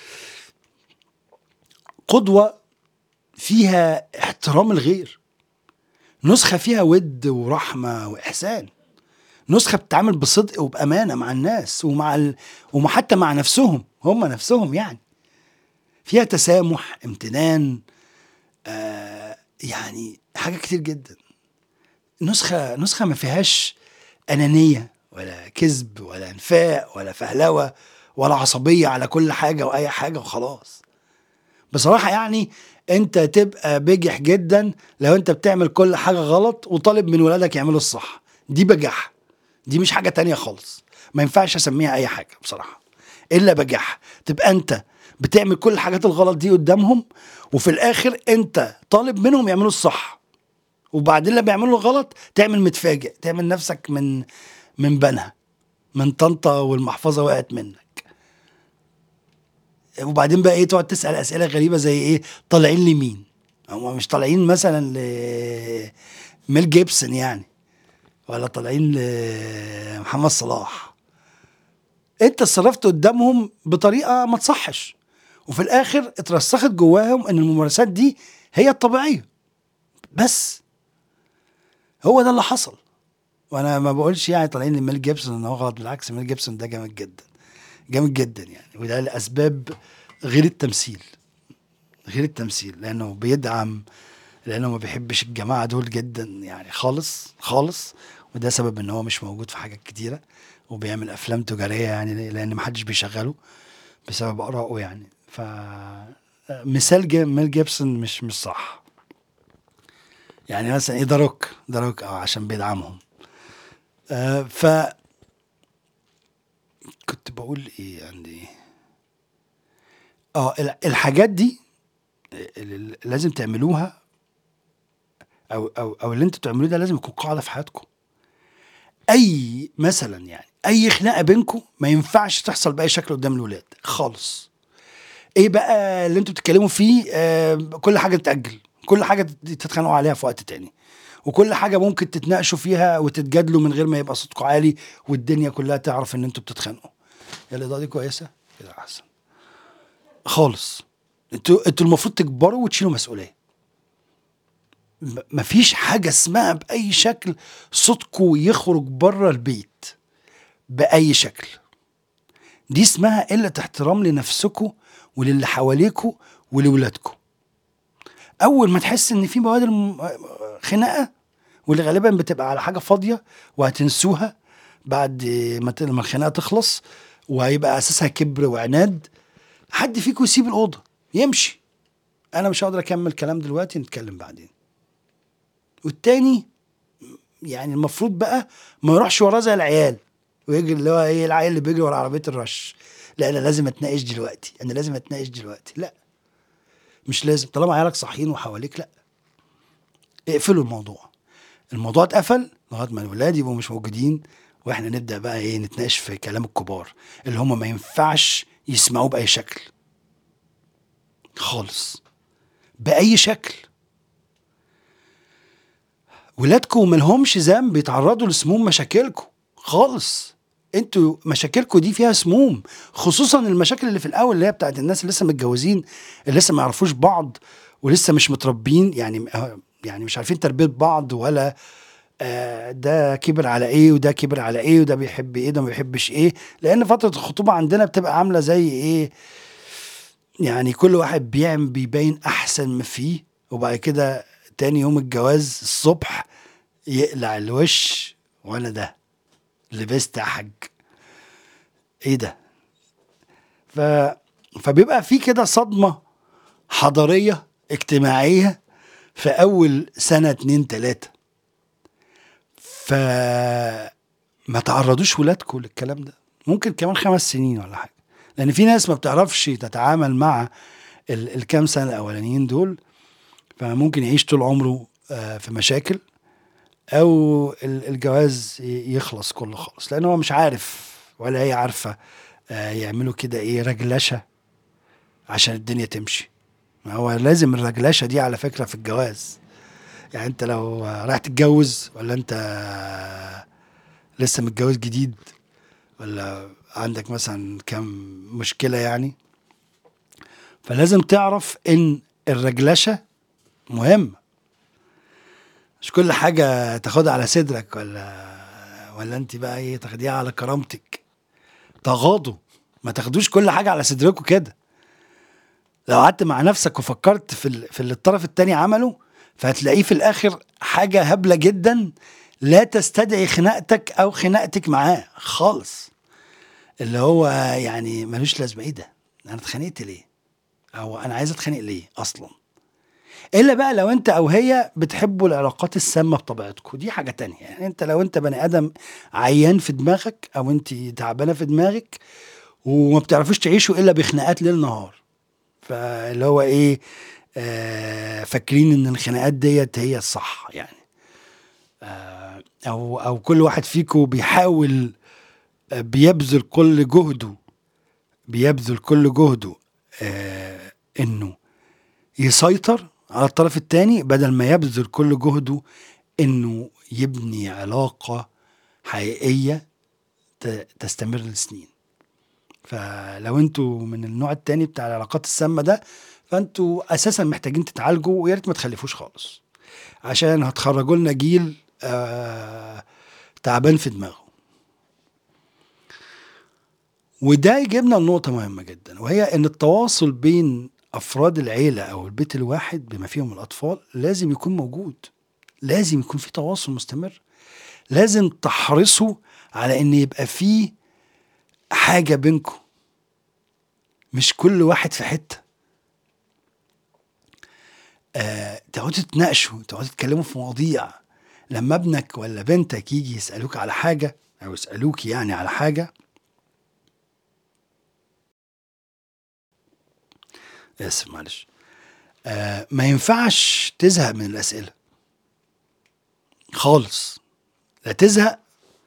قدوة فيها احترام الغير، نسخة فيها ود ورحمة وإحسان، نسخة بتتعامل بصدق وبأمانة مع الناس ومع ال... وما حتى مع نفسهم هم نفسهم، يعني فيها تسامح، امتنان، آه يعني حاجة كتير جدا. نسخة نسخة ما فيهاش أنانية ولا كذب ولا انفاق ولا فهلوة ولا عصبية على كل حاجة وأي حاجة وخلاص. بصراحة يعني انت تبقى بجح جدا لو انت بتعمل كل حاجة غلط وطالب من ولادك يعملوا الصح. دي بجح، دي مش حاجة تانية خالص، ما ينفعش اسميها اي حاجة بصراحة الا بجح. تبقى انت بتعمل كل الحاجات الغلط دي قدامهم، وفي الاخر انت طالب منهم يعملوا الصح، وبعدين لما بيعملوا الغلط تعمل متفاجئ، تعمل نفسك من من بنها، من طنطا والمحفظة وقعت منك. وبعدين بقى ايه، تقعد تسأل اسئلة غريبة زي ايه، طالعين لمين؟ هم مش طالعين مثلا لميل جيبسون يعني، ولا طالعين لمحمد صلاح. انت اتصرفت قدامهم بطريقة ما تصحش، وفي الاخر اترسخت جواهم ان الممارسات دي هي الطبيعية. بس هو ده اللي حصل. وانا ما بقولش يعني طالعين لميل جيبسون ان هو غلط، بالعكس ميل جيبسون ده جامد جدا، جامد جدا يعني، وده لاسباب غير التمثيل، غير التمثيل لانه بيدعم، لانه ما بيحبش الجماعه دول جدا يعني خالص خالص. وده سبب ان هو مش موجود في حاجات كتيره، وبيعمل افلام تجاريه يعني لان ما حدش بيشغله بسبب ارائه يعني. ف مثال جي ميل جيبسون مش مش صح يعني. مثلا ايه، ذا روك ذا روك اه عشان بيدعمهم. آه ف كنت بقول ايه عندي، اه الحاجات دي اللي لازم تعملوها، او او او اللي انتوا تعملوه ده لازم يكون قاعده في حياتكم. اي مثلا يعني اي خناقه بينكم ما ينفعش تحصل باي شكل قدام الولاد خالص. ايه بقى اللي انتوا بتتكلموا فيه؟ آه كل حاجه تتاجل، كل حاجه تتخانقوا عليها في وقت تاني، وكل حاجه ممكن تتناقشوا فيها وتتجادلوا من غير ما يبقى صوتكم عالي والدنيا كلها تعرف ان انتوا بتتخانقوا. يا الاضاءه دي كويسه كده احسن خالص. انتوا انتوا المفروض تكبروا وتشيلوا مسؤوليه. مفيش حاجة اسمها بأي شكل صوتكم يخرج بره البيت بأي شكل. دي اسمها قلة احترام لنفسكم وللي حواليكم ولولادكم. أول ما تحس إن في بوادر خناقة، واللي غالبا بتبقى على حاجة فاضية وهتنسوها بعد ما الخناقة تخلص، وهيبقى أساسها كبر وعناد، حد فيكم يسيب الأوضة يمشي. أنا مش هقدر أكمل كلام دلوقتي، نتكلم بعدين. والتاني يعني المفروض بقى ما يروحش وراه زي العيال ويجري، اللي هو ايه، العيال اللي بيجري ورا عربيه الرش. لا انا لازم اتناقش دلوقتي، انا لازم اتناقش دلوقتي. لا مش لازم، طالما عيالك صاحيين وحواليك لا، اقفلوا الموضوع. الموضوع اتقفل لغايه ما الولاد يبقوا مش موجودين، واحنا نبدا بقى ايه، نتناقش في كلام الكبار اللي هم ما ينفعش يسمعوه باي شكل خالص، باي شكل. ولادكم ملهمش ذنب يتعرضوا لسموم مشاكلكم خالص. انتوا مشاكلكم دي فيها سموم، خصوصا المشاكل اللي في الاول اللي هي بتاعت الناس اللي لسه متجوزين، اللي لسه ما يعرفوش بعض ولسه مش متربين يعني يعني مش عارفين تربية بعض، ولا آه ده كبر على ايه وده كبر على ايه، وده بيحب ايه ده ما بيحبش ايه. لان فترة الخطوبة عندنا بتبقى عاملة زي ايه، يعني كل واحد بيعمل بيبين احسن ما فيه، وبعد كده تاني يوم الجواز الصبح يقلع الوش، وانا ده لبست يا حاج ايه ده. ف... فبيبقى في كده صدمة حضارية اجتماعية في اول سنة اتنين تلاتة. فما تعرضوش ولادكم للكلام ده، ممكن كمان خمس سنين ولا حاجة، لان في ناس ما بتعرفش تتعامل مع ال... الكام سنة الاولانيين دول، فممكن يعيش طول عمره في مشاكل، او الجواز يخلص كله خالص، لانه هو مش عارف ولا هي عارفة آه يعملوا كده ايه رجلشه عشان الدنيا تمشي. ما هو لازم الرجلشه دي على فكره في الجواز. يعني انت لو رايح تتجوز، ولا انت لسه متجوز جديد، ولا عندك مثلا كام مشكله يعني، فلازم تعرف ان الرجلشه مهمه. مش كل حاجه تاخدها على صدرك، ولا ولا انت بقى ايه تاخديها على كرامتك. تغاضوا، ما تاخدوش كل حاجه على صدركم كده. لو قعدت مع نفسك وفكرت في ال... في اللي الطرف التاني عمله، فهتلاقيه في الاخر حاجه هبله جدا لا تستدعي خناقتك او خناقتك معاه خالص. اللي هو يعني ملوش لازمه. ايه ده؟ انا اتخانقت ليه؟ او انا عايز اتخانق ليه اصلا؟ الا بقى لو انت او هي بتحبوا العلاقات السامه بطبيعتكم، دي حاجه تانية. يعني انت لو انت بني ادم عيان في دماغك، او انت تعبانه في دماغك، وما بتعرفوش تعيشوا الا بخناقات ليل نهار، فاللي هو ايه، آه فاكرين ان الخناقات ديت هي الصح يعني. آه او او كل واحد فيكم بيحاول، آه بيبذل كل جهده بيبذل كل جهده آه انه يسيطر على الطرف التاني، بدل ما يبذل كل جهده انه يبني علاقة حقيقية تستمر لسنين. فلو انتوا من النوع التاني بتاع العلاقات السامة ده، فانتوا اساسا محتاجين تتعالجوا، ويا ريت ما تخلفوش خالص، عشان هتخرجوا لنا جيل آه تعبان في دماغه. وده يجيبنا لنقطة مهمة جدا، وهي ان التواصل بين افراد العيلة او البيت الواحد بما فيهم الاطفال لازم يكون موجود. لازم يكون في تواصل مستمر. لازم تحرصوا على ان يبقى في حاجة بينكم، مش كل واحد في حتة. آه، تقعدوا تتناقشوا، تقعدوا تتكلموا في مواضيع. لما ابنك ولا بنتك يجي يسألوك على حاجة، او يسألوك يعني على حاجة، اسف معلش، آه ما ينفعش تزهق من الأسئلة خالص. لا تزهق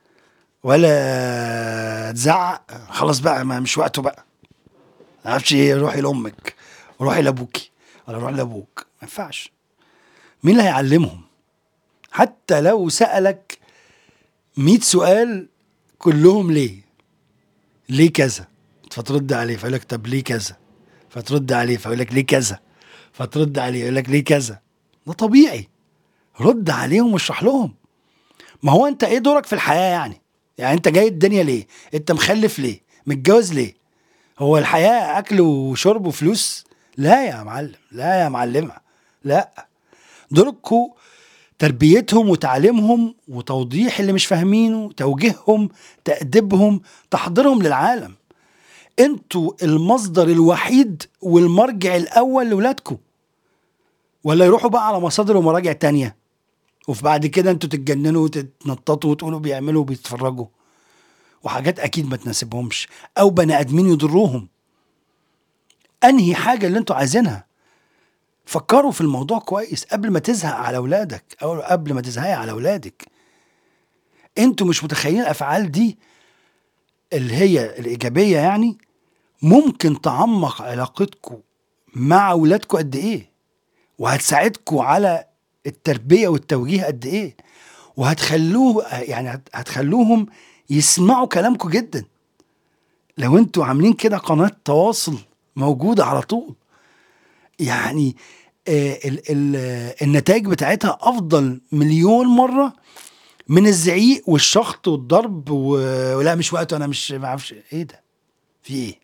ولا تزعق. خلاص بقى، ما مش وقته بقى، ما اعرفش ايه، روحي لامك، روحي لابوكي، ولا روحي لابوك. ما ينفعش. مين اللي هيعلمهم؟ حتى لو سألك مئة سؤال كلهم ليه ليه كذا، فترد عليه فيقول لك طب ليه كذا، فترد عليه فيقول لك ليه كذا، فترد عليه يقول لك ليه كذا. ده طبيعي. رد عليهم واشرح لهم. ما هو انت ايه دورك في الحياة يعني؟ يعني انت جاي الدنيا ليه؟ انت مخلف ليه؟ متجوز ليه؟ هو الحياة اكل وشرب وفلوس؟ لا يا معلم، لا يا معلمة، لا. دوركوا تربيتهم وتعليمهم وتوضيح اللي مش فاهمينه، توجيههم، تأديبهم، تحضيرهم للعالم. انتوا المصدر الوحيد والمرجع الاول لولادكم، ولا يروحوا بقى على مصادر ومراجع تانية، وفي بعد كده انتوا تتجننوا وتتنططوا وتقولوا بيعملوا وبيتفرجوا، وحاجات اكيد ما تناسبهمش، او بني ادمين يضروهم. انهي حاجة اللي انتوا عايزينها؟ فكروا في الموضوع كويس قبل ما تزهق على اولادك، او قبل ما تزهقي على اولادك. انتوا مش متخيلين الافعال دي اللي هي الايجابية يعني ممكن تعمق علاقتكم مع اولادكم قد ايه، وهتساعدكم على التربية والتوجيه قد ايه، وهتخلوه يعني هتخلوهم يسمعوا كلامكم جدا لو انتوا عاملين كده قناة تواصل موجودة على طول. يعني آه ال ال النتائج بتاعتها افضل مليون مرة من الزعيق والشخط والضرب، ولا مش وقته، انا مش معرفش ايه ده، في ايه.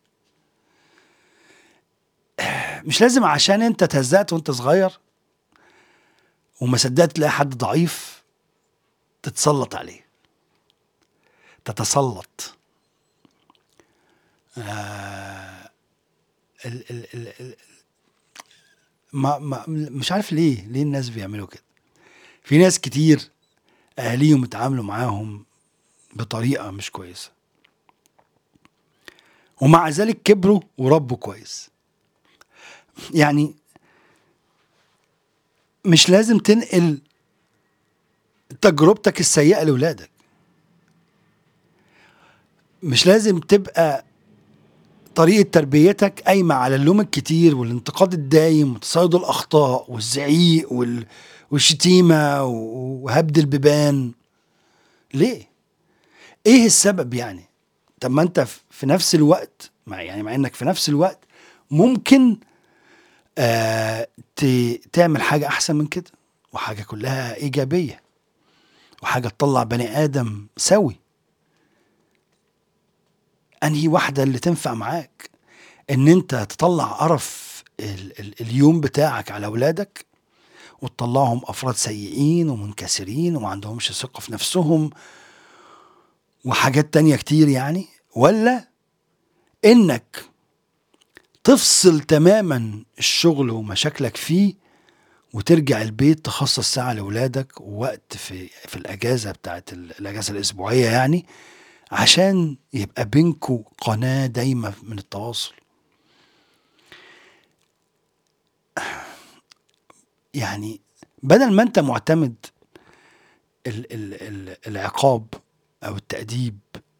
مش لازم عشان انت اتهزقت وانت صغير وما صدقت تلاقي حد ضعيف تتسلط عليه، تتسلط. آه ال ال ال ال ما ما مش عارف ليه ليه الناس بيعملوا كده. في ناس كتير اهاليهم اتعاملوا معاهم بطريقة مش كويسة، ومع ذلك كبروا وربوا كويس. يعني مش لازم تنقل تجربتك السيئة لأولادك. مش لازم تبقى طريقة تربيتك قايمة على اللوم الكتير والانتقاد الدايم وتصيد الأخطاء والزعيق وال... والشتيمة وهبد البيبان. ليه؟ ايه السبب يعني؟ طب ما انت في نفس الوقت مع يعني مع انك في نفس الوقت ممكن آه ت... تعمل حاجة احسن من كده، وحاجة كلها ايجابية، وحاجة تطلع بني ادم سوي. انهي واحدة اللي تنفع معاك؟ ان انت تطلع قرف ال... ال... اليوم بتاعك على اولادك وتطلعهم افراد سيئين ومنكسرين وما عندهمش ثقة في نفسهم وحاجات تانية كتير يعني، ولا انك تفصل تماما الشغل ومشاكلك فيه وترجع البيت تخصص ساعة لأولادك ووقت في في الأجازة بتاعت الأجازة الأسبوعية يعني، عشان يبقى بينكوا قناة دايمة من التواصل. يعني بدل ما أنت معتمد ال ال ال العقاب أو التأديب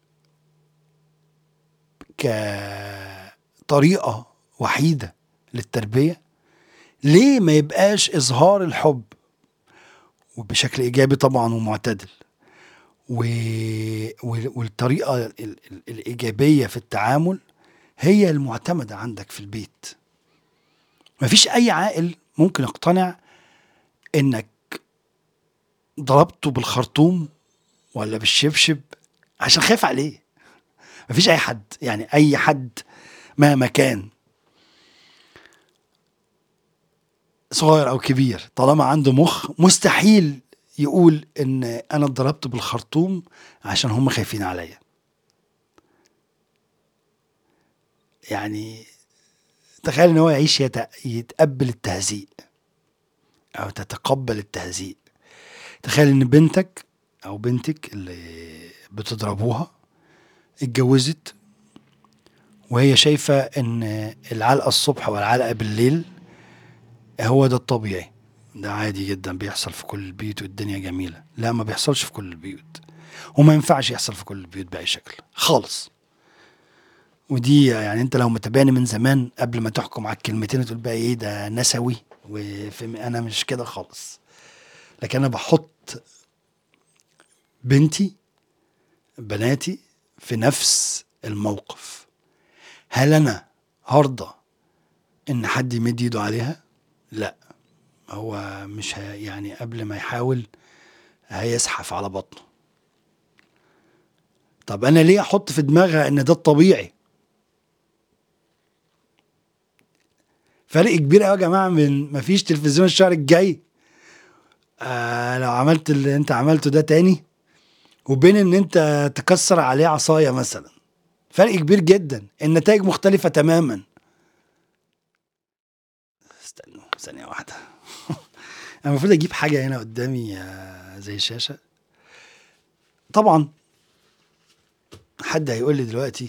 كطريقة وحيدة للتربية، ليه ما يبقاش إظهار الحب وبشكل إيجابي طبعا ومعتدل و... والطريقة ال... ال... الإيجابية في التعامل هي المعتمدة عندك في البيت؟ مفيش أي عاقل ممكن يقتنع إنك ضربته بالخرطوم ولا بالشبشب عشان خايف عليه. مفيش أي حد، يعني أي حد مهما كان صغير أو كبير طالما عنده مخ مستحيل يقول إن أنا ضربت بالخرطوم عشان هم خايفين عليا. يعني تخيل ان هو يعيش يت... يتقبل التهزيء او تتقبل التهزيء. تخيل ان بنتك او بنتك اللي بتضربوها اتجوزت وهي شايفة ان العلقة الصبح والعلقة بالليل هو ده الطبيعي، ده عادي جدا بيحصل في كل البيوت والدنيا جميلة. لا، ما بيحصلش في كل البيوت، وما ينفعش يحصل في كل البيوت بأي شكل خالص. ودي يعني انت لو متابعني من زمان قبل ما تحكم على الكلمتين تقول بقى ايه ده نسوي، وانا مش كده خالص. لكن انا بحط بنتي بناتي في نفس الموقف. هل انا هرضى ان حد يمد ايده عليها؟ لا، هو مش ه... يعني قبل ما يحاول هيزحف على بطنه. طب انا ليه احط في دماغها ان ده الطبيعي؟ فرق كبير قوي يا جماعه من مفيش تلفزيون الشهر الجاي آه لو عملت اللي انت عملته ده تاني، وبين ان انت تكسر عليه عصايه مثلا. فرق كبير جدا، النتائج مختلفه تماما. استنوا ثانيه واحده. انا المفروض اجيب حاجه هنا قدامي آه زي الشاشه. طبعا حد هيقول لي دلوقتي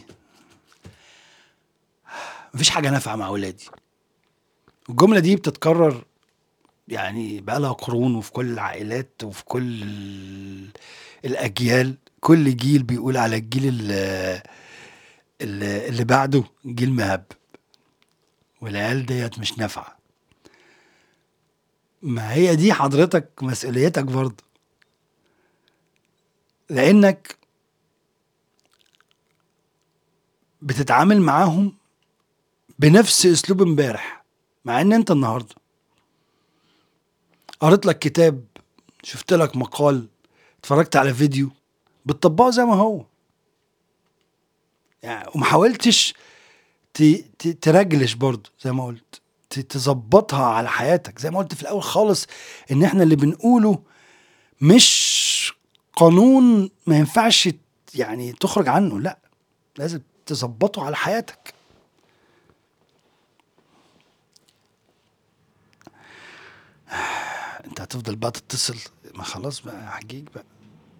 مفيش حاجه نافعه مع اولادي. الجمله دي بتتكرر يعني بقالها قرون، وفي كل العائلات وفي كل الأجيال. كل جيل بيقول على الجيل اللي, اللي بعده جيل مهب، والعيال ديت مش نافعة. ما هي دي حضرتك مسؤوليتك برضه، لأنك بتتعامل معاهم بنفس أسلوب امبارح، مع ان انت النهاردة قريت لك كتاب، شفت لك مقال، اتفرجت على فيديو، بتطبقه زي ما هو يعني، ومحاولتش ترجلش برضو زي ما قلت، تظبطها على حياتك. زي ما قلت في الاول خالص ان احنا اللي بنقوله مش قانون ما ينفعش يعني تخرج عنه، لا، لازم تظبطه على حياتك. انت هتفضل بقى تتصل؟ ما خلاص بقى حجيج بقى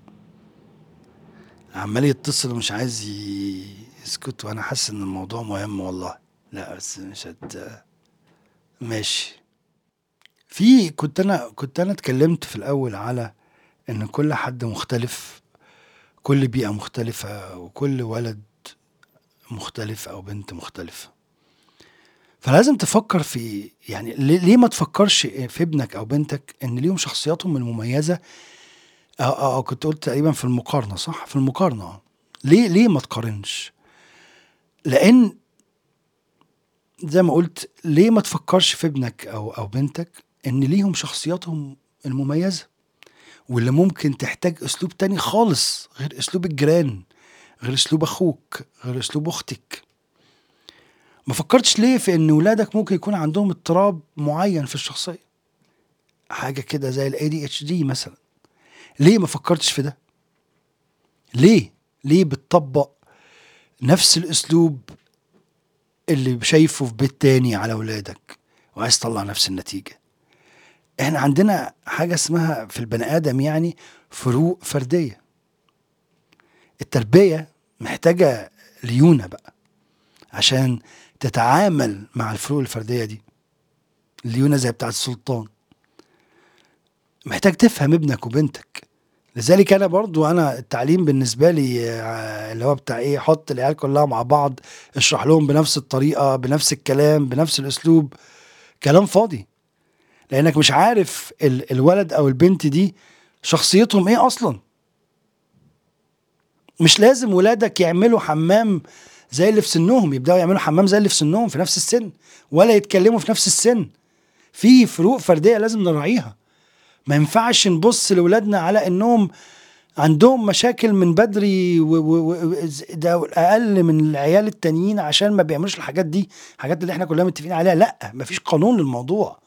عمال يتصل ومش عايز يسكت، وانا حاسس ان الموضوع مهم والله. لا بس مش هت ماشي. في كنت انا كنت انا اتكلمت في الاول على ان كل حد مختلف، كل بيئة مختلفة، وكل ولد مختلف او بنت مختلفة. فلازم تفكر في يعني ليه ليه ما تفكرش في ابنك او بنتك ان ليهم شخصياتهم المميزة. أو, أو, أو كنت قلت تقريبا في المقارنة، صح؟ في المقارنة. ليه ليه ما تقارنش؟ لان زي ما قلت، ليه ما تفكرش في ابنك او او بنتك ان ليهم شخصياتهم المميزة، واللي ممكن تحتاج اسلوب تاني خالص غير اسلوب الجيران، غير اسلوب اخوك، غير اسلوب اختك. ما فكرتش ليه في ان ولادك ممكن يكون عندهم اضطراب معين في الشخصية، حاجة كده زي ال إيه دي إتش دي مثلا؟ ليه ما فكرتش في ده؟ ليه ليه بتطبق نفس الاسلوب اللي شايفه في بيت تاني على ولادك وعايز تطلع نفس النتيجة؟ احنا عندنا حاجة اسمها في البني آدم يعني فروق فردية. التربية محتاجة ليونة بقى عشان تتعامل مع الفروق الفردية دي. ليونة زي بتاعت السلطان. محتاج تفهم ابنك وبنتك. لذلك انا برضو انا التعليم بالنسبة لي آه، اللي هو بتاع ايه، حط العيال كلها مع بعض، اشرح لهم بنفس الطريقة بنفس الكلام بنفس الاسلوب، كلام فاضي. لانك مش عارف ال الولد او البنت دي شخصيتهم ايه اصلا. مش لازم ولادك يعملوا حمام زي اللي في سنهم، يبدأوا يعملوا حمام زي اللي في سنهم في نفس السن، ولا يتكلموا في نفس السن. في فروق فردية لازم نراعيها. ما ينفعش نبص لولادنا على انهم عندهم مشاكل من بدري و و و ده اقل من العيال التانيين عشان ما بيعملوش الحاجات دي، الحاجات اللي احنا كلنا متفقين عليها. لا، مفيش قانون للموضوع.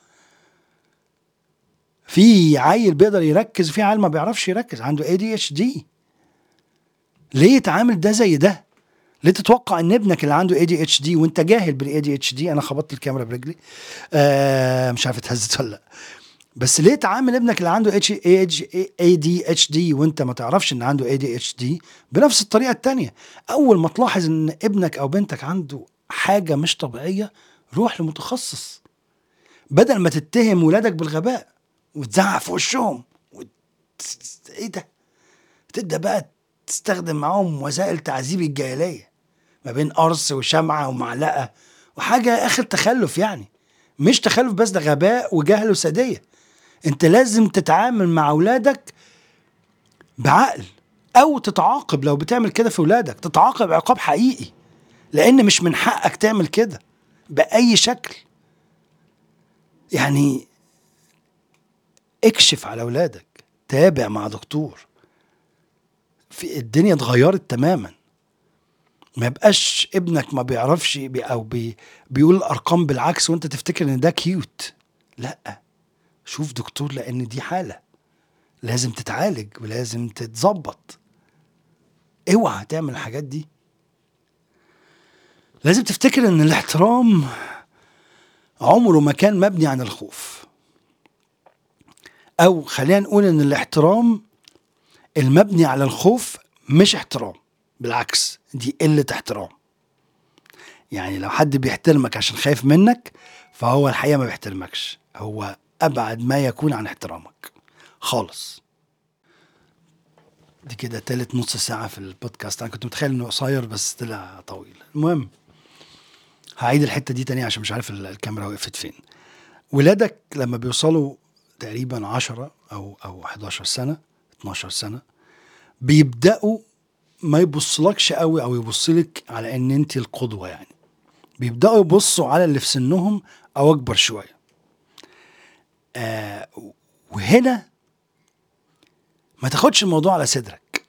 في عيل بيقدر يركز وفي عيل ما بيعرفش يركز، عنده إيه دي إتش دي. ليه تعامل ده زي ده؟ ليه تتوقع ان ابنك اللي عنده إيه دي إتش دي وانت جاهل بال إيه دي إتش دي؟ انا خبطت الكاميرا برجلي، آه مش عارف اتهزت ولا لا. بس ليه تعامل ابنك اللي عنده إيه دي إتش دي وانت ما تعرفش ان عنده إيه دي إتش دي بنفس الطريقة التانية؟ اول ما تلاحظ ان ابنك او بنتك عنده حاجة مش طبيعية، روح لمتخصص، بدل ما تتهم ولادك بالغباء وتزعق في وشهم وت... ايه ده؟ تبدأ بقى تستخدم معاهم وسائل تعذيب الجاهلية، ما بين قرص وشمعة ومعلقة وحاجة آخر تخلف. يعني مش تخلف بس، ده غباء وجهل وسادية. انت لازم تتعامل مع اولادك بعقل، او تتعاقب لو بتعمل كده في اولادك، تتعاقب عقاب حقيقي، لان مش من حقك تعمل كده بأي شكل. يعني اكشف على اولادك، تابع مع دكتور. في الدنيا اتغيرت تماما. ما يبقاش ابنك ما بيعرفش بي او بي بيقول الارقام بالعكس وانت تفتكر ان ده كيوت. لا، شوف دكتور، لان دي حالة لازم تتعالج ولازم تتظبط. اوعى تعمل الحاجات دي. لازم تفتكر ان الاحترام عمره ما كان مبني عن الخوف، او خلينا نقول ان الاحترام المبني على الخوف مش احترام، بالعكس دي قلة احترام. يعني لو حد بيحترمك عشان خايف منك فهو الحقيقة ما بيحترمكش، هو ابعد ما يكون عن احترامك خالص. دي كده تالت نص ساعة في البودكاست. انا كنت متخيل انه قصير بس طلع طويل. المهم هعيد الحتة دي تاني عشان مش عارف الكاميرا وقفت فين. ولادك لما بيوصلوا تقريبا عشرة او او حداشر سنة اتناشر سنة بيبدأوا ما يبصلكش قوي او يبصلك على ان انت القدوة. يعني بيبدأوا يبصوا على اللي في سنهم او اكبر شوية. آه وهنا ما تاخدش الموضوع على صدرك.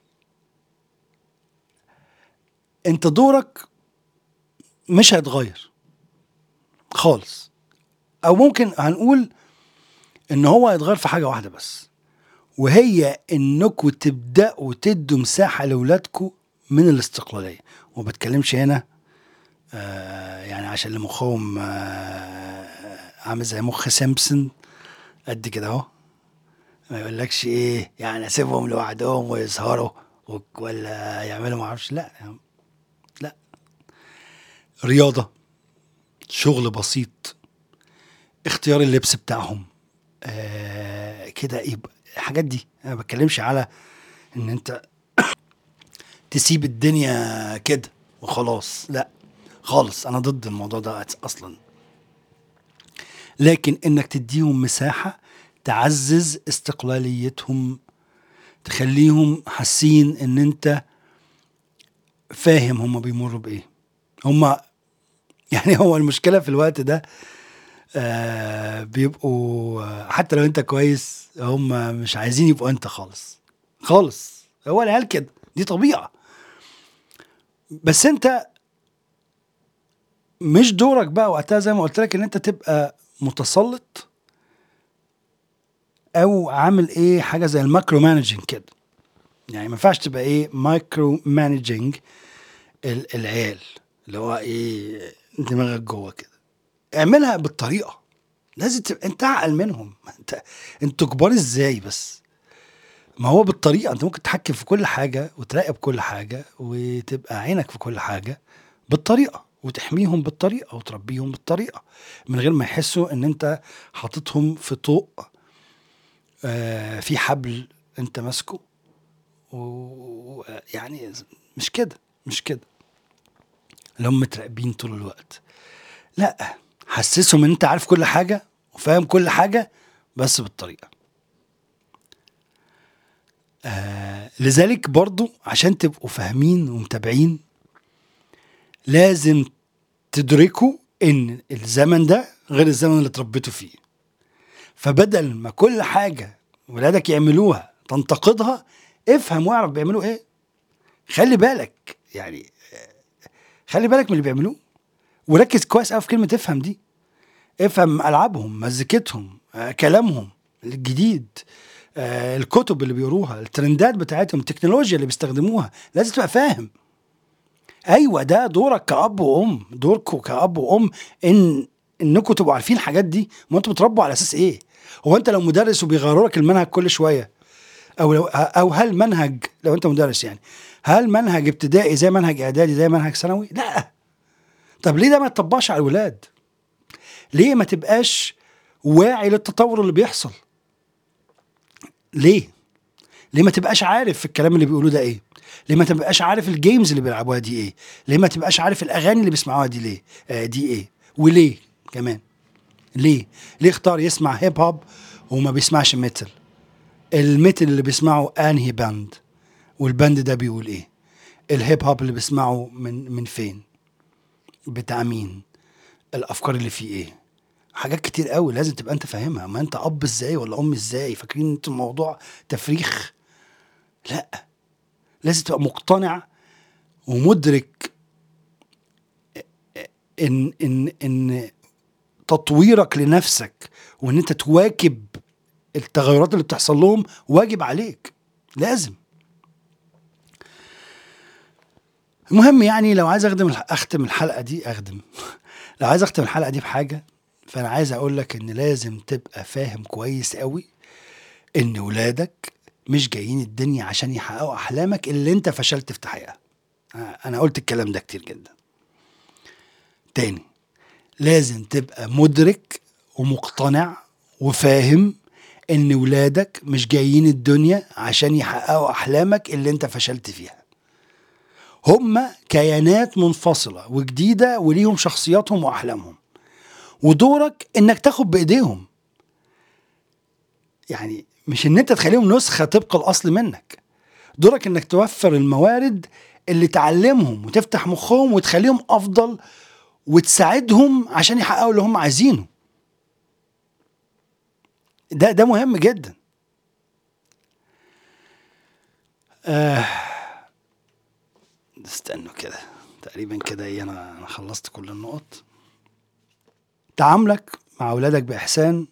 انت دورك مش هيتغير خالص، او ممكن هنقول ان هو هيتغير في حاجة واحدة بس، وهي انكم تبدأوا تدوا مساحة لولادكم من الاستقلالية. وبتكلمش هنا آه يعني عشان اللي مخهم آه عامل زي مخ سيمبسون قد كده اهو، ما يقولكش ايه يعني اسيبهم لوحدهم ويسهروا ولا يعملوا معرفش. لا لا، رياضة، شغل بسيط، اختيار اللبس بتاعهم آه كده، يبقى الحاجات دي. انا ما بتكلمش على ان انت تسيب الدنيا كده، وخلاص. لا خالص، انا ضد الموضوع ده اصلا. لكن انك تديهم مساحة تعزز استقلاليتهم، تخليهم حاسين ان انت فاهم هم بيمروا بايه. هم يعني هو المشكلة في الوقت ده آه بيبقوا آه، حتى لو انت كويس هم مش عايزين يبقوا انت خالص خالص. هو العيال كده، دي طبيعة. بس انت مش دورك بقى وقتها زي ما قلت لك ان انت تبقى متسلط او عامل ايه حاجة زي الماكرو مانجينج كده. يعني ما ينفعش تبقى ايه مايكرو مانجينج العيال اللي هو ايه دماغك جوه كده. اعملها بالطريقة، لازم تبقى انت اعقل منهم. انت انتوا كبار ازاي بس؟ ما هو بالطريقة. انت ممكن تتحكم في كل حاجة وتراقب كل حاجة وتبقى عينك في كل حاجة بالطريقة، وتحميهم بالطريقة وتربيهم بالطريقة من غير ما يحسوا ان انت حاططهم في طوق آه في حبل انت ماسكه. ويعني مش كده مش كده اللي هم متراقبين طول الوقت. لا، حسسهم ان انت عارف كل حاجة وفاهم كل حاجة بس بالطريقة. آه لذلك برضو عشان تبقوا فاهمين ومتابعين لازم تدركوا ان الزمن ده غير الزمن اللي اتربيتوا فيه. فبدل ما كل حاجة ولادك يعملوها تنتقدها، افهم واعرف بيعملوا ايه. خلي بالك يعني خلي بالك من اللي بيعملوه، وركز كويس قوي في كلمة افهم دي. افهم ألعابهم، مزيكتهم، آه كلامهم الجديد، آه الكتب اللي بيقروها، الترندات بتاعتهم، التكنولوجيا اللي بيستخدموها. لازم تبقى فاهم. ايوه ده دورك كأب وأم، دوركم كأب وأم ان انكم تبقوا عارفين الحاجات دي. ما انتوا بتربوا على اساس ايه؟ هو انت لو مدرس وبيغيروا لك المنهج كل شويه، او لو او هل منهج لو انت مدرس يعني هل منهج ابتدائي زي منهج اعدادي زي منهج ثانوي؟ لا. طب ليه ده ما تطبقش على الولاد؟ ليه ما تبقاش واعي للتطور اللي بيحصل؟ ليه ليه ما تبقاش عارف الكلام اللي بيقولوه ده ايه؟ ليه ما تبقاش عارف الجيمز اللي بيلعبوها دي ايه؟ ليه ما تبقاش عارف الاغاني اللي بيسمعوها دي ليه آه دي ايه؟ وليه كمان ليه ليه اختار يسمع هيب هوب وما بيسمعش ميتال؟ الميتال اللي بيسمعه انهي باند؟ والباند ده بيقول ايه؟ الهيب هوب اللي بيسمعه من من فين؟ بتاع مين؟ الافكار اللي فيه ايه؟ حاجات كتير قوي لازم تبقى انت فاهمها. ما انت اب ازاي ولا ام ازاي فاكرين انت الموضوع تفريخ؟ لا، لازم تبقى مقتنع ومدرك ان ان ان تطويرك لنفسك وان انت تواكب التغيرات اللي بتحصل لهم واجب عليك. لازم. المهم يعني لو عايز اخدم اختم الحلقة دي اخدم لو عايز اختم الحلقة دي بحاجة، فانا عايز اقول لك ان لازم تبقى فاهم كويس قوي ان ولادك مش جايين الدنيا عشان يحققوا احلامك اللي انت فشلت في تحقيقها. انا قلت الكلام ده كتير جدا. تاني، لازم تبقى مدرك ومقتنع وفاهم ان ولادك مش جايين الدنيا عشان يحققوا احلامك اللي انت فشلت فيها. هم كيانات منفصلة وجديدة وليهم شخصياتهم واحلامهم، ودورك انك تاخد بايديهم. يعني مش ان انت تخليهم نسخة طبق الاصل منك. دورك انك توفر الموارد اللي تعلمهم وتفتح مخهم وتخليهم افضل وتساعدهم عشان يحققوا اللي هم عايزينه. ده ده مهم جدا. آه استنوا كده تقريبا كده ايه انا انا خلصت كل النقط. تعاملك مع اولادك باحسان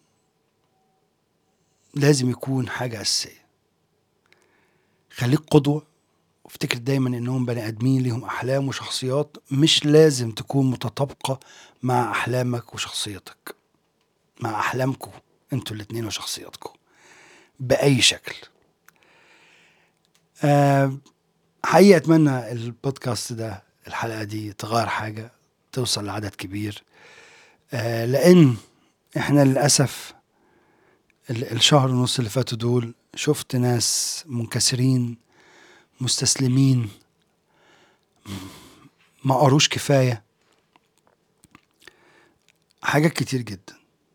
لازم يكون حاجة اساسية. خليك قدوة، وافتكر دايما انهم بني ادمين ليهم احلام وشخصيات مش لازم تكون متطابقة مع احلامك وشخصيتك، مع احلامكم انتوا الاتنين وشخصياتكم باي شكل. أه حقيقة اتمنى البودكاست ده الحلقة دي تغير حاجة توصل لعدد كبير. أه لان احنا للأسف الشهر ونص اللي فاتوا دول شفت ناس منكسرين مستسلمين ما قروش كفاية، حاجات كتير جدا،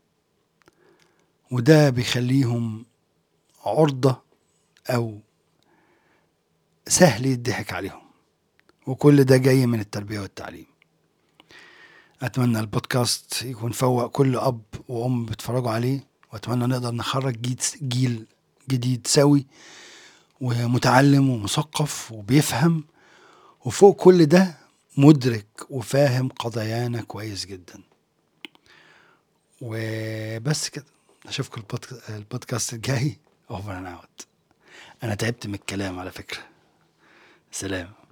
وده بيخليهم عرضة أو سهل يضحك عليهم، وكل ده جاي من التربية والتعليم. أتمنى البودكاست يكون فوق كل أب وأم بيتفرجوا عليه، وأتمنى نقدر نخرج جيل, جيل جديد سوي ومتعلم ومثقف وبيفهم، وفوق كل ده مدرك وفاهم قضايانا كويس جدا. وبس كده، أشوفكم البودكاست الجاي. أوفر أنا أنا تعبت من الكلام على فكرة. سلام.